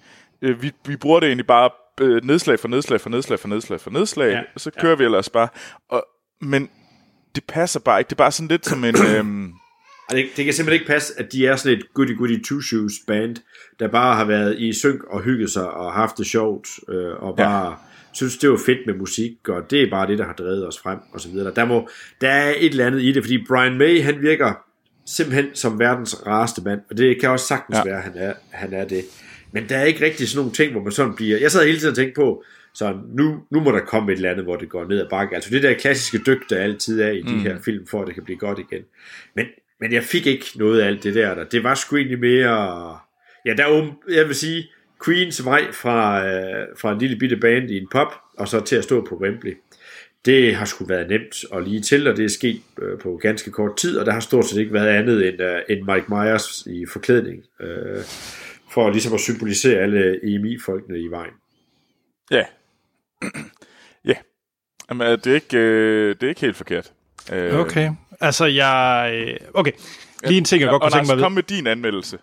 øh, vi, vi bruger det egentlig bare øh, nedslag for nedslag for nedslag for nedslag for nedslag, ja, og så kører ja. vi ellers bare. Og, men det passer bare ikke. Det er bare sådan lidt som en... øhm, det, det kan simpelthen ikke passe, at de er sådan et goody-goody two-shoes band, der bare har været i synk og hygget sig og haft det sjovt, øh, og bare... Ja. Synes det var fedt med musik, og det er bare det, der har drevet os frem, og så videre. Der, må, der er et eller andet i det, fordi Brian May, han virker simpelthen som verdens rareste mand, og det kan også sagtens ja. være, han er, han er det. Men der er ikke rigtig sådan nogle ting, hvor man sådan bliver... Jeg sad hele tiden og tænkte på, så nu, nu må der komme et eller andet, hvor det går ned ad bakke. Altså det der klassiske dyk, der altid er i de mm. her film, for at det kan blive godt igen. Men, men jeg fik ikke noget af alt det der. der. Det var sgu egentlig mere... Ja, der er, jeg vil sige... Queens vej fra, øh, fra en lille bitte band i en pub, og så til at stå på Wembley. Det har sgu været nemt og lige til, og det er sket øh, på ganske kort tid, og der har stort set ikke været andet end, øh, end Mike Myers i forklædning, øh, for ligesom at symbolisere alle E M I-folkene i vejen. Ja. Ja. Jamen, det er ikke, øh, det er ikke helt forkert. Øh, okay. Altså, jeg... Okay. Lige en ting, jeg ja, godt kunne tænke mig ved. Kom med din anmeldelse.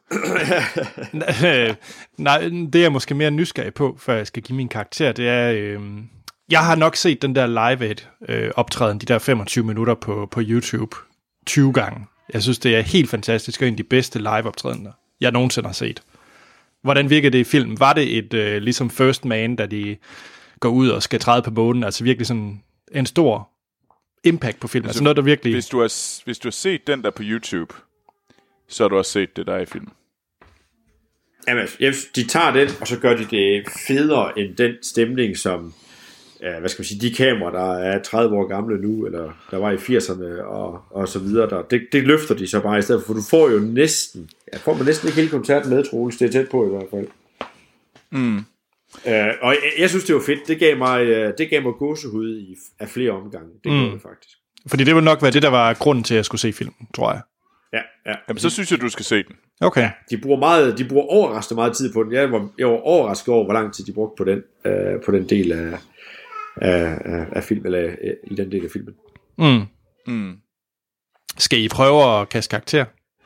Nej, det er jeg måske mere nysgerrig på, før jeg skal give min karakter, det er... Øh, jeg har nok set den der live-optræden, de der femogtyve minutter på, på YouTube, tyve gange. Jeg synes, det er helt fantastisk, og en af de bedste live-optrædener, jeg nogensinde har set. Hvordan virker det i filmen? Var det et øh, ligesom First Man, da de går ud og skal træde på månen, altså virkelig sådan en stor impact på filmen? Altså, altså noget, der virkelig... Hvis du, har, hvis du har set den der på YouTube, så har du også set det der i filmen. Jamen, de tager den, og så gør de det federe end den stemning, som, ja, hvad skal man sige, de kameraer, der er tredive år gamle nu, eller der var i firserne, og, og så videre, der, det, det løfter de så bare i stedet for, for du får jo næsten, ja, får man næsten ikke hele koncerten med, Troels, det er tæt på i hvert fald. Mm. Uh, og jeg, jeg synes, det var fedt, det gav mig, uh, det gav mig gåsehud i, af flere omgange, det mm. gjorde det faktisk. Fordi det ville nok være det, der var grunden til, at jeg skulle se filmen, tror jeg. Ja, ja. Jamen, så synes jeg, du skal se den. Okay. Ja, de bruger meget, de bruger overraskende meget tid på den. Jeg var, jeg var overrasket over, hvor lang tid de brugte på den, øh, på den del af, af, af, af film, eller øh, i den del af filmen. Mm. Mm. Skal I prøve at kaste karakter?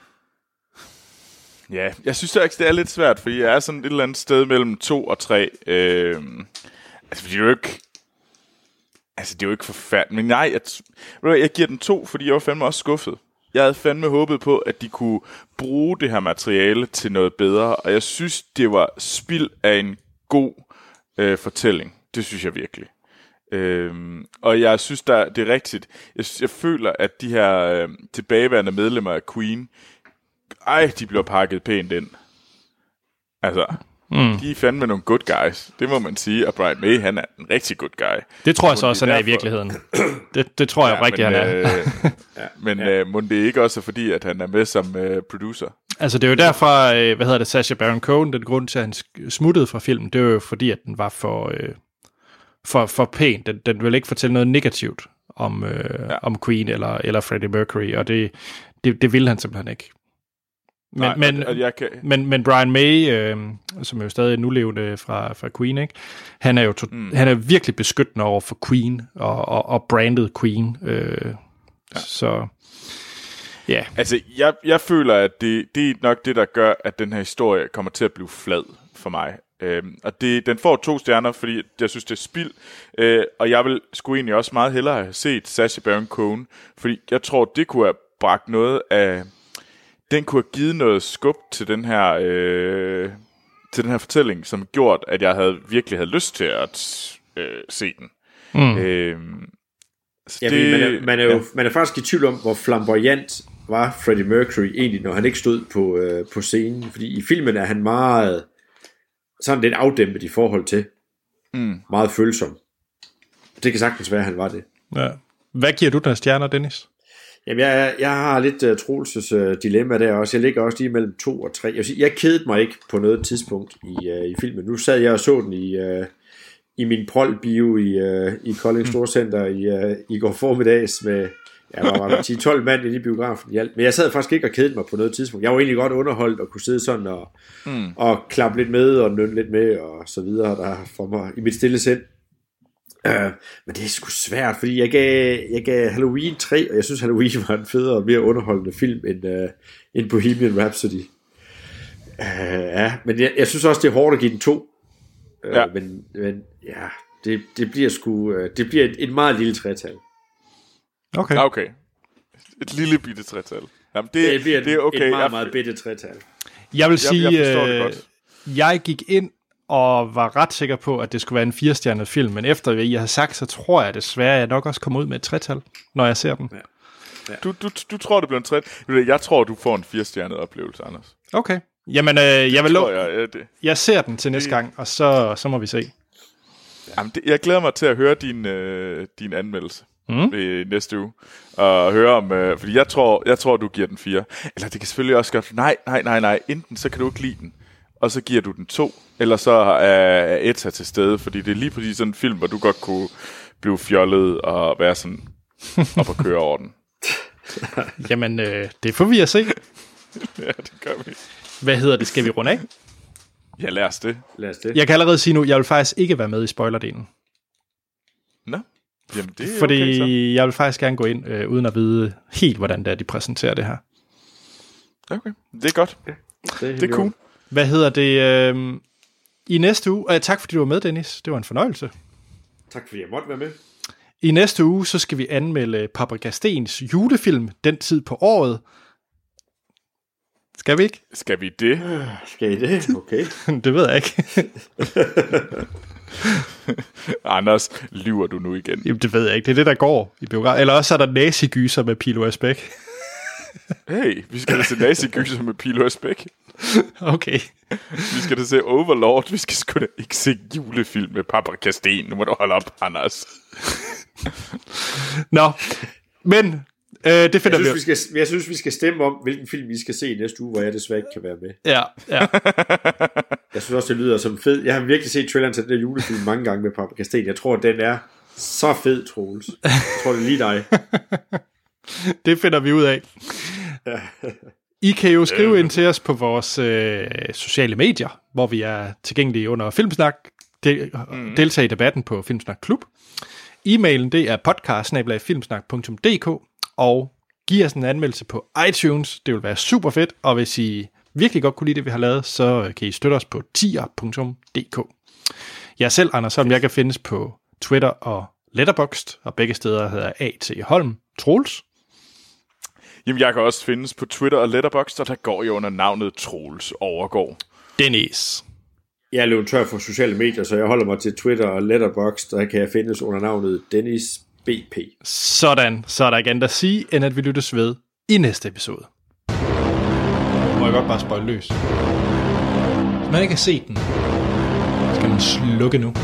Ja, jeg synes faktisk, det er lidt svært, fordi jeg er sådan et eller andet sted mellem to og tre. Øh, altså, fordi det er jo ikke... Altså, det er jo ikke forfærdeligt. Men nej, jeg, jeg giver den to, fordi jeg var fandme også skuffet. Jeg havde fandme håbet på, at de kunne bruge det her materiale til noget bedre, og jeg synes, det var spild af en god øh, fortælling. Det synes jeg virkelig. Øhm, og jeg synes, der, det er rigtigt. Jeg, jeg føler, at de her øh, tilbageværende medlemmer af Queen, ej, de bliver pakket pænt ind. Altså... Mm. De er fandme nogle good guys. Det må man sige. Og Brian May, han er en rigtig good guy. Det tror jeg så også, han er i virkeligheden. Det, det tror jeg ja, rigtig, men, han er. øh, ja, men ja. øh, må det ikke også fordi, at han er med som øh, producer? Altså, det er jo derfor, øh, hvad hedder det, Sacha Baron Cohen, den grund til, at han smuttede fra filmen, det er jo fordi, at den var for, øh, for, for pæn. Den, den ville ikke fortælle noget negativt om, øh, ja. om Queen eller, eller Freddie Mercury, og det, det, det ville han simpelthen ikke. Men, Nej, men, og, og jeg kan... men, men Brian May, øh, som er jo stadig nulevende fra, fra Queen, ikke? Han er jo to, mm. han er virkelig beskyttende over for Queen og, og, og brandet Queen. Øh, ja. Så ja. Yeah. Altså, jeg, jeg føler, at det, det er nok det, der gør, at den her historie kommer til at blive flad for mig. Øhm, og det, den får to stjerner, fordi jeg synes, det er spild. Øh, og jeg vil sgu egentlig også meget hellere have set Sacha Baron Cohen, fordi jeg tror, det kunne have bragt noget af... Den kunne have givet noget skub til den her øh, til den her fortælling, som gjort, at jeg havde virkelig havde lyst til at øh, se den. Mm. Øh, ja, det, man, er, man, er jo, ja. man er faktisk i tvivl om, hvor flamboyant var Freddie Mercury egentlig, når han ikke stod på, øh, på scenen. Fordi i filmen er han meget sådan lidt afdæmpet i forhold til. Mm. Meget følsom. Det kan sagtens være, at han var det. Ja. Hvad giver du der stjerner, Dennis? Jamen, jeg, jeg har lidt uh, Troelses uh, dilemma der også. Jeg ligger også lige mellem to og tre. Jeg, vil sige, jeg kedede mig ikke på noget tidspunkt i, uh, i filmen. Nu sad jeg og så den i, uh, i min prol-bio i, uh, i Kolding Storcenter i, uh, i går formiddags med ja, der var ti tolv mand i biografen i alt. Men jeg sad faktisk ikke og kedede mig på noget tidspunkt. Jeg var egentlig godt underholdt og kunne sidde sådan og, mm. og klappe lidt med og nynne lidt med og så videre der for mig i mit stille sind. Uh, men det er sgu svært, fordi jeg gav, jeg gav Halloween tre, og jeg synes Halloween var en federe og mere underholdende film end, uh, end Bohemian Rhapsody. Uh, ja, men jeg, jeg synes også det er hårdt at give den to, Ja. Øh, men, men ja, det, det bliver sgu, øh, det bliver et, et meget lille tretal. Okay. Okay. Et lille bitte tretal. Jamen, det, Det bliver det er okay. et meget, jeg, meget bitte tretal. Jeg vil sige, jeg, jeg forstår det øh, godt. jeg gik ind og var ret sikker på, at det skulle være en firestjernet film, men efter hvad I har sagt, så tror jeg desværre, at jeg nok også kommer ud med et tretal, når jeg ser den. Ja. Ja. Du, du, du tror, det bliver en tretal. Jeg tror, du får en firestjernet oplevelse, Anders. Okay. Jamen, øh, jeg vil Tror lov... jeg, ja, det. Jeg ser den til næste gang, og så, så må vi se. Jamen, det, jeg glæder mig til at høre din, øh, din anmeldelse Mm. i næste uge. Og høre om... Øh, fordi jeg tror, jeg tror, du giver den fire. Eller det kan selvfølgelig også godt... Nej, nej, nej, nej. Enten så kan du ikke lide den, og så giver du den to. Eller så er Etta til stede, fordi det er lige præcis sådan en film, hvor du godt kunne blive fjollet og være sådan op og køre over den. Jamen, øh, det får vi at se. Ja, det gør vi. Hvad hedder det? Skal vi runde af? Ja, lad os det. Lad os det. Jeg kan allerede sige nu, jeg vil faktisk ikke være med i spoilerdelen. Nå, jamen det er Fordi okay, så. jeg vil faktisk gerne gå ind, øh, uden at vide helt, hvordan det er, de præsenterer det her. Okay, det er godt. Det Det er cool. Hvad hedder det? Øh, I næste uge... Og tak fordi du var med, Dennis. Det var en fornøjelse. Tak fordi jeg måtte være med. I næste uge, så skal vi anmelde Paprika Stens julefilm, Den tid på året. Skal vi ikke? Skal vi det? Skal I det? Okay. Det ved jeg ikke. Anders, lyver du nu igen? Jamen, det ved jeg ikke. Det er det, der går i biografen. Eller også er der nazi-gyser med Pilo Asbæk. Hey, vi skal da se nazi-gyser med Pilo Asbæk. Okay. Vi skal da se Overlord. Vi skal sgu da ikke se julefilm med Paprika Sten. Nu må du holde op, Anders. Nå, men øh, det finder Jeg vi. synes, vi skal, jeg synes, vi skal stemme om, hvilken film vi skal se i næste uge, hvor jeg desværre ikke kan være med. Ja, ja. Jeg synes også, det lyder som fed. Jeg har virkelig set traileren til den der julefilm mange gange med Paprika Sten. Jeg tror, den er så fed, Troels. Jeg tror, det er lige dig. Det finder vi ud af. I kan jo skrive ind til os på vores øh, sociale medier, hvor vi er tilgængelige under Filmsnak. Del, mm. Deltag i debatten på Filmsnak Klub. E-mailen, det er podcast bindestreg filmsnak punktum d k, og giv os en anmeldelse på iTunes. Det vil være super fedt, og hvis I virkelig godt kunne lide det, vi har lavet, så kan I støtte os på tier punktum d k. Jeg selv, Anders Holm, jeg kan findes på Twitter og Letterboxd, og begge steder hedder A T Holm. Troels? Jamen, jeg kan også findes på Twitter og Letterboxd, og der går jo under navnet Troels Overgaard. Dennis. Jeg er løbet tør for sociale medier, så jeg holder mig til Twitter og Letterboxd, der kan jeg findes under navnet Dennis B P. Sådan, så er der ikke andet at sige, end at vi lyttes ved i næste episode. Må jeg godt bare spoil løs? Hvis man ikke har set den, skal man slukke nu.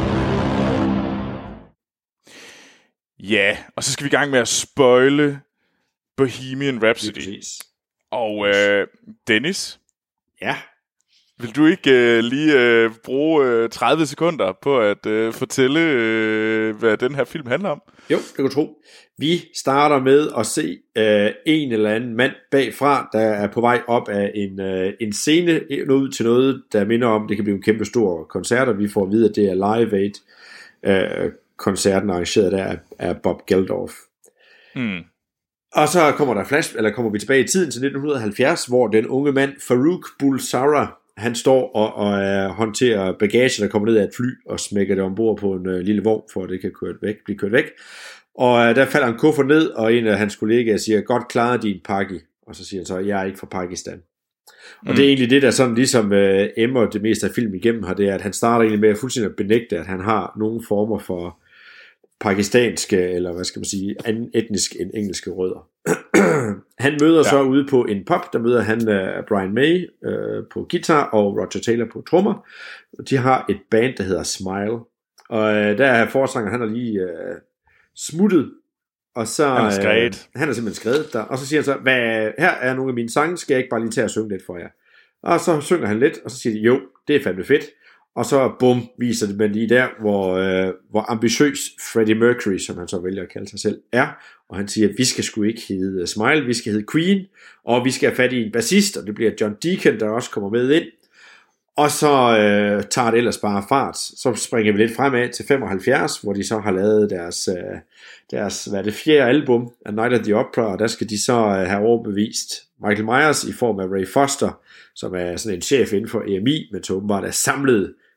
Ja, og så skal vi i gang med at spoile Bohemian Rhapsody. Og øh, Dennis, Ja. vil du ikke øh, lige øh, bruge øh, tredive sekunder på at øh, fortælle, øh, hvad den her film handler om? Jo, det kan du tro. Vi starter med at se øh, en eller anden mand bagfra, der er på vej op af en, øh, en scene ud til noget, der minder om, det kan blive en kæmpe stor koncert, og vi får at vide, at det er Live Aid. Øh, koncerten arrangeret der af, af Bob Geldof. Hmm. Og så kommer der flash, eller kommer vi tilbage i tiden til nitten halvfjerds, hvor den unge mand Farouk Bulsara, han står og, og uh, håndterer bagage, der kommer ned af et fly, og smækker det ombord på en uh, lille vogn, for at det kan køre væk, blive kørt væk. Og uh, der falder en kuffert ned, og en af hans kollegaer siger, godt klaret din pakke. Og så siger han så, jeg er ikke fra Pakistan. Mm. Og det er egentlig det, der sådan ligesom uh, emmer det meste af film igennem her, det er, at han starter egentlig med at fuldstændig benægte, at han har nogle former for pakistanske, eller hvad skal man sige, anden etnisk end engelske rødder. Han møder ja. så ude på en pub, der møder han uh, Brian May uh, på guitar og Roger Taylor på trommer. De har et band, der hedder Smile. Og uh, der er forsanger, han er lige uh, smuttet, og så han er skrevet. Uh, han er simpelthen skrevet der, og så siger han så, hvad, her er nogle af mine sange, skal jeg ikke bare lige tage og synge lidt for jer? Og så synger han lidt, og så siger de, jo, det er fandme fedt. Og så bum, viser det man lige der, hvor, øh, hvor ambitiøs Freddie Mercury, som han så vælger at kalde sig selv, er. Og han siger, at vi skal sgu ikke hedde Smile, vi skal hedde Queen, og vi skal have fat i en bassist, og det bliver John Deacon, der også kommer med ind. Og så øh, tager det ellers bare fart. Så springer vi lidt fremad til femoghalvfjerds, hvor de så har lavet deres, øh, deres hvad er det, fjerde album, A Night at the Opera, og der skal de så øh, have overbevist Michael Myers i form af Ray Foster, som er sådan en chef inden for E M I, men så åbenbart er samlet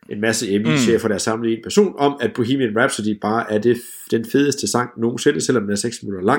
en masse M I-chefer, der er samlet i en person, om at Bohemian Rhapsody bare er det, den fedeste sang nogensinde, selvom den er seks minutter lang.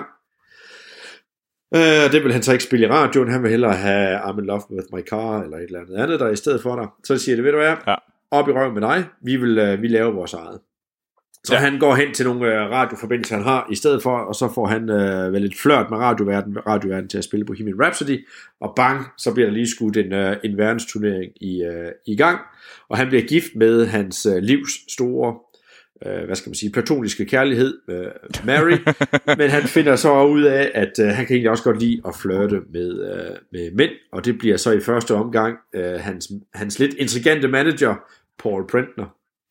Uh, det vil han så ikke spille i radioen, han vil hellere have I'm in love with my car, eller et eller andet andet, der er i stedet for dig. Så siger det, ved du hvad, ja. Op i røven med dig, vi vil uh, vi laver vores eget. Så ja. Han går hen til nogle uh, radioforbindelser, han har i stedet for, og så får han uh, vel et flørt med radioverden, radioverden til at spille Bohemian Rhapsody, og bang, så bliver der lige skudt en, uh, en verdensturnering i, uh, i gang, og han bliver gift med hans uh, livs store, uh, hvad skal man sige, platoniske kærlighed, uh, Mary, men han finder så ud af, at uh, han kan egentlig også godt lide at flirte med, uh, med mænd, og det bliver så i første omgang uh, hans, hans lidt intrigante manager, Paul Prentner.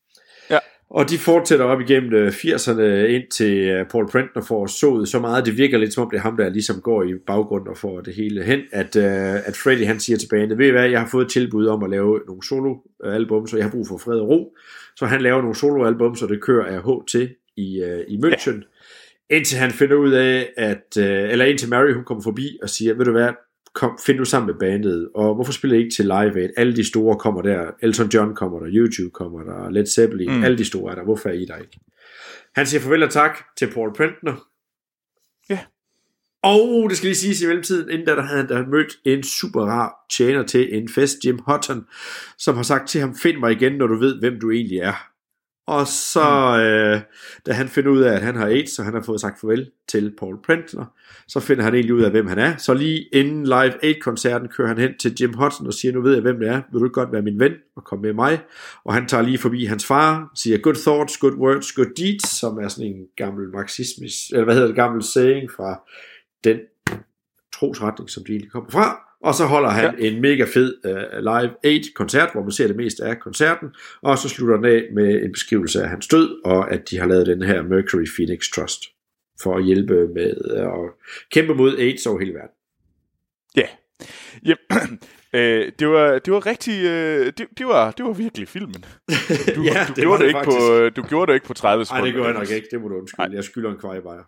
Og de fortsætter op igennem firserne, indtil Paul Prentner får sået så meget, det virker lidt som om det er ham, der ligesom går i baggrunden og får det hele hen, at, uh, at Freddie han siger til bandet, ved I hvad, jeg har fået et tilbud om at lave nogle soloalbum, så jeg har brug for fred og ro, så han laver nogle soloalbum, så det kører af H til i, uh, i München, ja. Indtil han finder ud af, at, uh, eller indtil Mary hun kommer forbi og siger, ved du hvad, kom, find nu sammen med bandet, og hvorfor spiller I ikke til Live Aid? Alle de store kommer der, Elton John kommer der, YouTube kommer der, Led Zeppelin, mm. alle de store er der, hvorfor er I der ikke? Han siger farvel og tak til Paul Prentner. Ja. Yeah. Og det skal lige siges i mellemtiden, inden da der havde han der mødt en super rar tjener til en fest, Jim Hutton, som har sagt til ham, find mig igen, når du ved, hvem du egentlig er. Og så, mm. øh, da han finder ud af, at han har AIDS, så han har fået sagt farvel til Paul Prentner, så finder han egentlig ud af, hvem han er. Så lige inden Live Aid-koncerten kører han hen til Jim Hutton og siger, nu ved jeg, hvem det er. Vil du godt være min ven og komme med mig? Og han tager lige forbi hans far, siger, good thoughts, good words, good deeds, som er sådan en gammel marxismisk, eller hvad hedder det, gammel saying fra den trosretning, som de egentlig kommer fra. Og så holder han ja. en mega fed uh, Live Aid-koncert, hvor man ser det meste af koncerten, og så slutter den af med en beskrivelse af hans død, og at de har lavet den her Mercury Phoenix Trust, for at hjælpe med uh, at kæmpe mod AIDS over hele verden. Ja, yep. øh, det var det var rigtig, øh, det, det var det var virkelig filmen. Du, ja, du det gjorde det, det ikke på, du gjorde det ikke på tredive sekunder. Nej, det gjorde jeg nok ikke. Det må du undskylde. Ej. Jeg skylder en kvajebajer.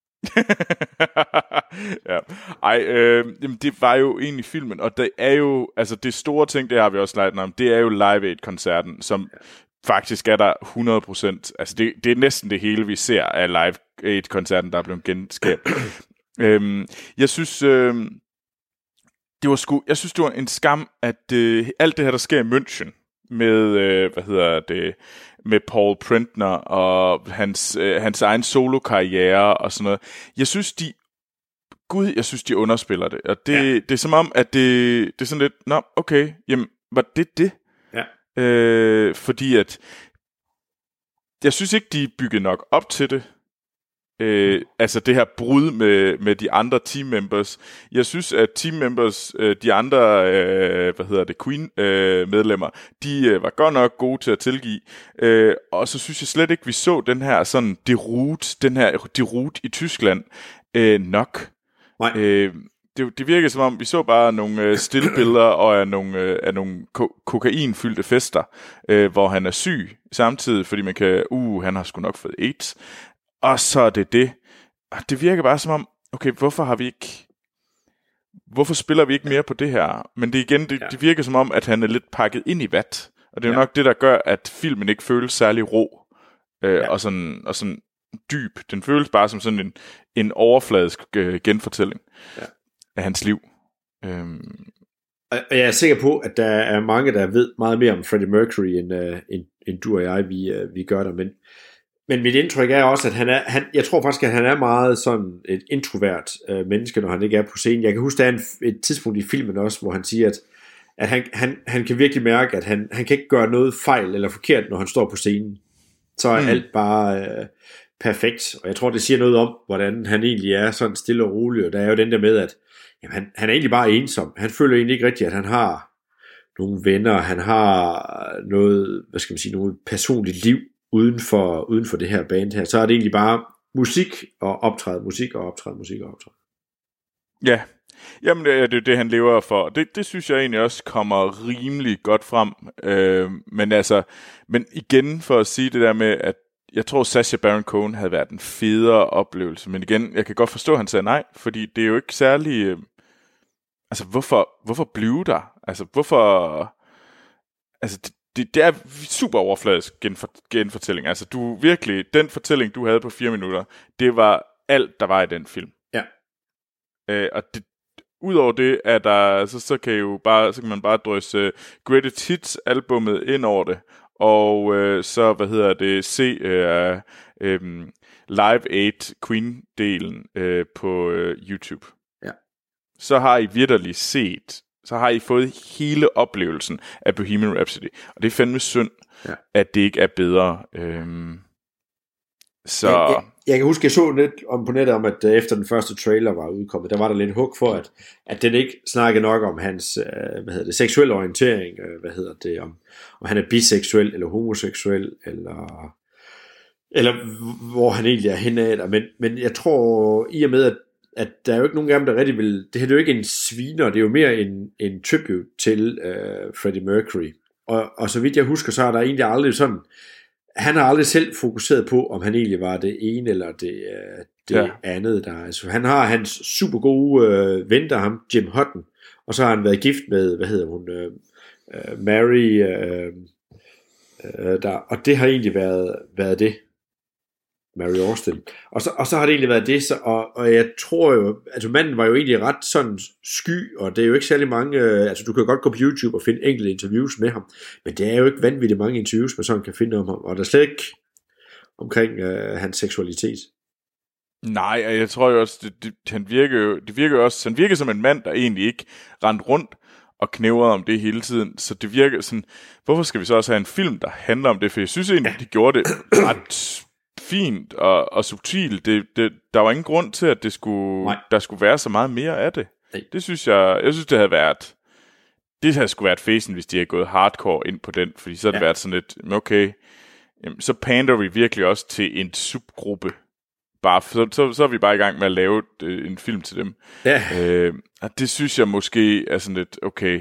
ja. Ej, øh, jamen det var jo egentlig filmen, og det er jo, altså det store ting, det har vi også snakket om, det er jo Live Aid-koncerten, som ja. faktisk er der hundrede procent, altså det, det er næsten det hele, vi ser af Live Aid-koncerten, der er blevet genskabt. øhm, jeg synes, øh, det var sgu, jeg synes, det var en skam, at øh, alt det her, der sker i München, med, øh, hvad hedder det, med Paul Prentner og hans, øh, hans egen solo-karriere og sådan noget. Jeg synes, de, gud, jeg synes, de underspiller det. Og det, ja. det er som om, at det, det er sådan lidt, nå, okay, jamen, var det det? Ja. Øh, fordi at, jeg synes ikke, de er bygget nok op til det. Øh, altså det her brud med, med de andre team members. Jeg synes, at team members, øh, de andre, øh, hvad hedder det, Queen øh, medlemmer, de øh, var godt nok gode til at tilgive. Øh, og så synes jeg slet ikke, vi så den her sådan derute, den her derute i Tyskland øh, nok. Nej. Øh, det, det virker som om, vi så bare nogle øh, stillbilleder og af nogle, øh, af nogle ko- kokainfyldte fester, øh, hvor han er syg samtidig, fordi man kan, uh, han har sgu nok fået AIDS. Og så er det det. Og det virker bare som om, okay, hvorfor har vi ikke... Hvorfor spiller vi ikke mere på det her? Men det igen, det, ja. det virker som om, at han er lidt pakket ind i vat. Og det er jo ja. nok det, der gør, at filmen ikke føles særlig rå. Øh, ja. og, sådan, og sådan dyb. Den føles bare som sådan en, en overfladisk øh, genfortælling ja. af hans liv. Øhm. Og jeg er sikker på, at der er mange, der ved meget mere om Freddie Mercury, end, uh, end, end du og jeg, vi, uh, vi gør der. Men... Men mit indtryk er også, at han er, han, jeg tror faktisk, at han er meget sådan et introvert øh, menneske, når han ikke er på scenen. Jeg kan huske, der er en, et tidspunkt i filmen også, hvor han siger, at, at han, han, han kan virkelig mærke, at han, han kan ikke gøre noget fejl eller forkert, når han står på scenen. Så er mm. alt bare øh, perfekt. Og jeg tror, det siger noget om, hvordan han egentlig er sådan stille og rolig. Og der er jo den der med, at jamen, han, han er egentlig bare ensom. Han føler egentlig ikke rigtigt, at han har nogle venner. Han har noget, hvad skal man sige, noget personligt liv. Uden for, uden for det her band her, så er det egentlig bare musik og optræde, musik og optræde, musik og optræde. Ja, jamen det er det, det, han lever for. Det, det synes jeg egentlig også kommer rimelig godt frem. Øh, men altså, men igen for at sige det der med, at jeg tror, Sacha Baron Cohen havde været en federe oplevelse. Men igen, jeg kan godt forstå, at han sagde nej, fordi det er jo ikke særlig... Øh, altså, hvorfor, hvorfor blive der? Altså, hvorfor... Altså, det, det, det er super overfladisk genfor, genfortælling. Altså, du virkelig, den fortælling, du havde på fire minutter, det var alt, der var i den film. Ja. Øh, og det, udover det, er der, så, så, kan jo bare, så kan man bare drysse uh, Greatest Hits albumet ind over det, og uh, så, hvad hedder det, se uh, um, Live Aid Queen-delen uh, på uh, YouTube. Ja. Så har I vitterligt set, så har I fået hele oplevelsen af Bohemian Rhapsody, og det er fandme synd, ja. At det ikke er bedre. Um, så... Jeg, jeg, jeg kan huske, jeg så lidt om på nettet om, at efter den første trailer var udkommet, der var der lidt hug for, at, at den ikke snakkede nok om hans øh, hvad hedder det, seksuelle orientering, øh, hvad hedder det, om, om han er biseksuel eller homoseksuel, eller, eller hvor han egentlig er henad. Men, men jeg tror, i og med, at, at der er jo ikke nogen af dem, der rigtig vil, det her er jo ikke en sviner, det er jo mere en, en tribute til øh, Freddie Mercury. Og, og så vidt jeg husker, så er der egentlig aldrig sådan, han har aldrig selv fokuseret på, om han egentlig var det ene eller det, det ja. andet. Der. Altså, han har hans super gode øh, ven, der ham, Jim Hutton, og så har han været gift med, hvad hedder hun, øh, øh, Mary, øh, øh, der, og det har egentlig været, været det, Mary Austin. Og så, og så har det egentlig været det, så, og, og jeg tror jo, altså manden var jo egentlig ret sådan sky, og det er jo ikke særlig mange, øh, altså du kan godt gå på YouTube og finde enkelte interviews med ham, men det er jo ikke vanvittigt mange interviews, man sådan kan finde om ham, og der er slet ikke omkring øh, hans seksualitet. Nej, jeg tror jo også, det, det, han virker jo, det virker jo også, han virker som en mand, der egentlig ikke rendte rundt og knævrede om det hele tiden, så det virker sådan, hvorfor skal vi så også have en film, der handler om det, for jeg synes egentlig, ja. De gjorde det ret fint og, og subtilt. Det, det, der var ingen grund til, at det skulle, der skulle være så meget mere af det. Nej. Det synes jeg, jeg synes, det havde været, det havde skulle været fæsen, hvis de havde gået hardcore ind på den, fordi så havde ja. Det været sådan lidt, okay, jamen, så pander vi virkelig også til en subgruppe. Bare, så, så, så er vi bare i gang med at lave øh, en film til dem. Ja. Øh, og det synes jeg måske er sådan lidt, okay,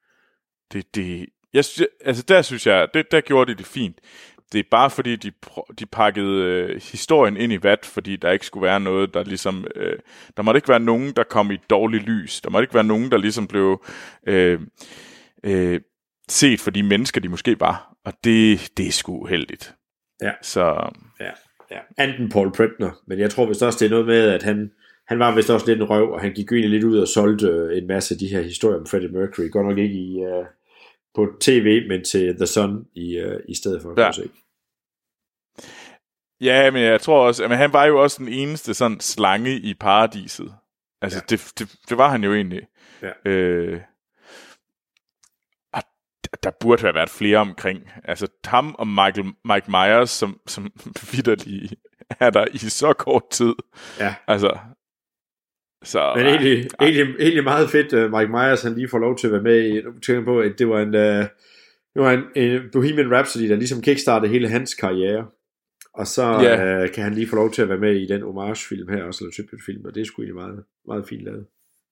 det, det, jeg, altså der synes jeg, det, der gjorde de det fint. Det er bare fordi, de, de pakkede øh, historien ind i vat, fordi der ikke skulle være noget, der ligesom... Øh, der måtte ikke være nogen, der kom i dårligt lys. Der måtte ikke være nogen, der ligesom blev øh, øh, set for de mennesker, de måske var. Og det, det er sgu uheldigt. Ja. Så... Ja, ja. Anden Paul Prepner, men jeg tror vist også, det er noget med, at han, han var vist også lidt en røv, og han gik egentlig lidt ud og solgte en masse af de her historier om Freddie Mercury. Godt nok ikke i... Øh, på tv, men til The Sun i, uh, i stedet for. Ja. Ja, men jeg tror også, at han var jo også den eneste sådan slange i paradiset. Altså, ja. det, det, det var han jo egentlig. Ja. Øh, der burde have været flere omkring. Altså, ham og Michael, Mike Myers, som, som vitterlig er der i så kort tid. Ja. Altså... Så, men egentlig, ja. egentlig, egentlig meget fedt, uh, Mike Myers han lige får lov til at være med i, nu tænker på, at det var en, uh, det var en, en Bohemian Rhapsody, der ligesom kickstartede hele hans karriere, og så yeah. uh, kan han lige få lov til at være med i den homage-film her, også eller tribute-film, og det er sgu egentlig meget, meget fint lavet.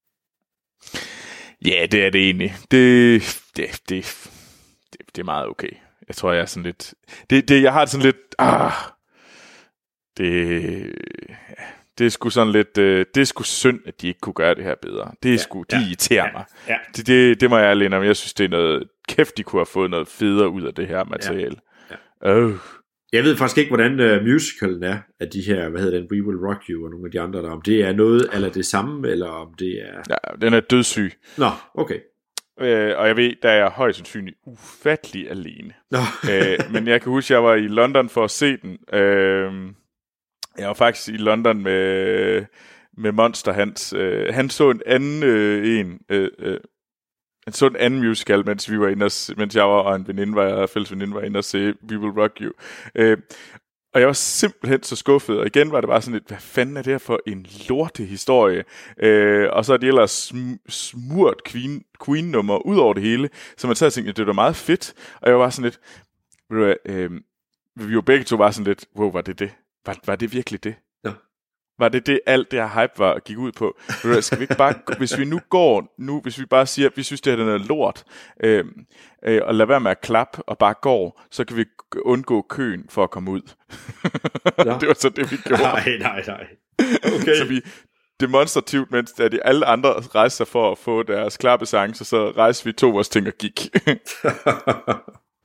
Ja, det er det egentlig. Det, det, det, det, det er meget okay. Jeg tror, jeg er sådan lidt, det, det, jeg har det sådan lidt, ah, det... Det er sgu sådan lidt, øh, det er sgu synd, at de ikke kunne gøre det her bedre. Det er ja, sgu, de ja, irriterer ja, mig. Ja. Det, det, det må jeg alene om. Jeg synes, det er noget kæft, de kunne have fået noget federe ud af det her materiale. Ja, ja. Oh. Jeg ved faktisk ikke, hvordan uh, musicalen er, af de her, hvad hedder den, We Will Rock You og nogle af de andre der, om det er noget, eller det samme, eller om det er... Ja, den er dødssyg. Nå, okay. Øh, og jeg ved, der er jeg højst sandsynligt ufattelig alene. Nå. øh, men jeg kan huske, jeg var i London for at se den. Øh, Jeg var faktisk i London med, med Monster Hans. Uh, han så en anden uh, en. Uh, uh, han så en anden musical, mens vi var inde og, mens jeg var og en veninde var, fælles veninde var inde og se We Will Rock You. Uh, og jeg var simpelthen så skuffet. Og igen var det bare sådan lidt, hvad fanden er det her for en lorte historie? Uh, og så er de ellers sm- smurt Queen, Queen-nummer ud over det hele. Så man så tænkte, det var meget fedt. Og jeg var sådan lidt, uh, vi jo begge to var sådan lidt, wow, var det det? Var, var det virkelig det? Ja. Var det det, alt det her hype var gik ud på? Skal vi ikke bare, hvis vi nu går, nu, hvis vi bare siger, at vi synes, det her er noget lort, øh, øh, og lad være med at klappe og bare går, så kan vi undgå køen for at komme ud. Ja. Det var så det, vi gjorde. Nej, nej, nej. Okay. Så vi demonstrativt, mens de alle andre rejste sig for at få deres klappesang, så, så rejste vi to vores ting og gik.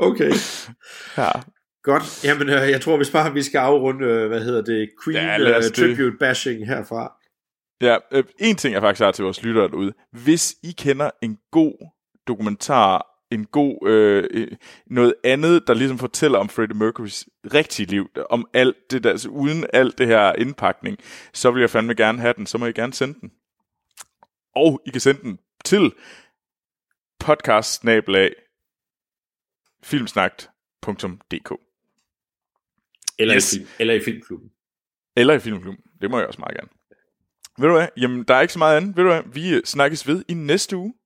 Okay. Ja. Godt. Jamen, øh, jeg tror, hvis bare vi skal afrunde, øh, hvad hedder det, Queen Ja, lad os uh, tribute bashing herfra. Ja, øh, en ting jeg faktisk har til vores lyttere derude. Hvis I kender en god dokumentar, en god øh, noget andet, der ligesom fortæller om Freddie Mercurys rigtige liv, om alt det der, altså uden alt det her indpakning, så vil jeg fandme gerne have den, så må I gerne sende den. Og I kan sende den til podcast snabel-a filmsnakt punktum d k Eller, yes. i, film, eller i filmklubben. Eller i filmklubben. Det må jeg også meget gerne. Ved du hvad? Jamen, der er ikke så meget andet. Ved du hvad? Vi snakkes ved i næste uge.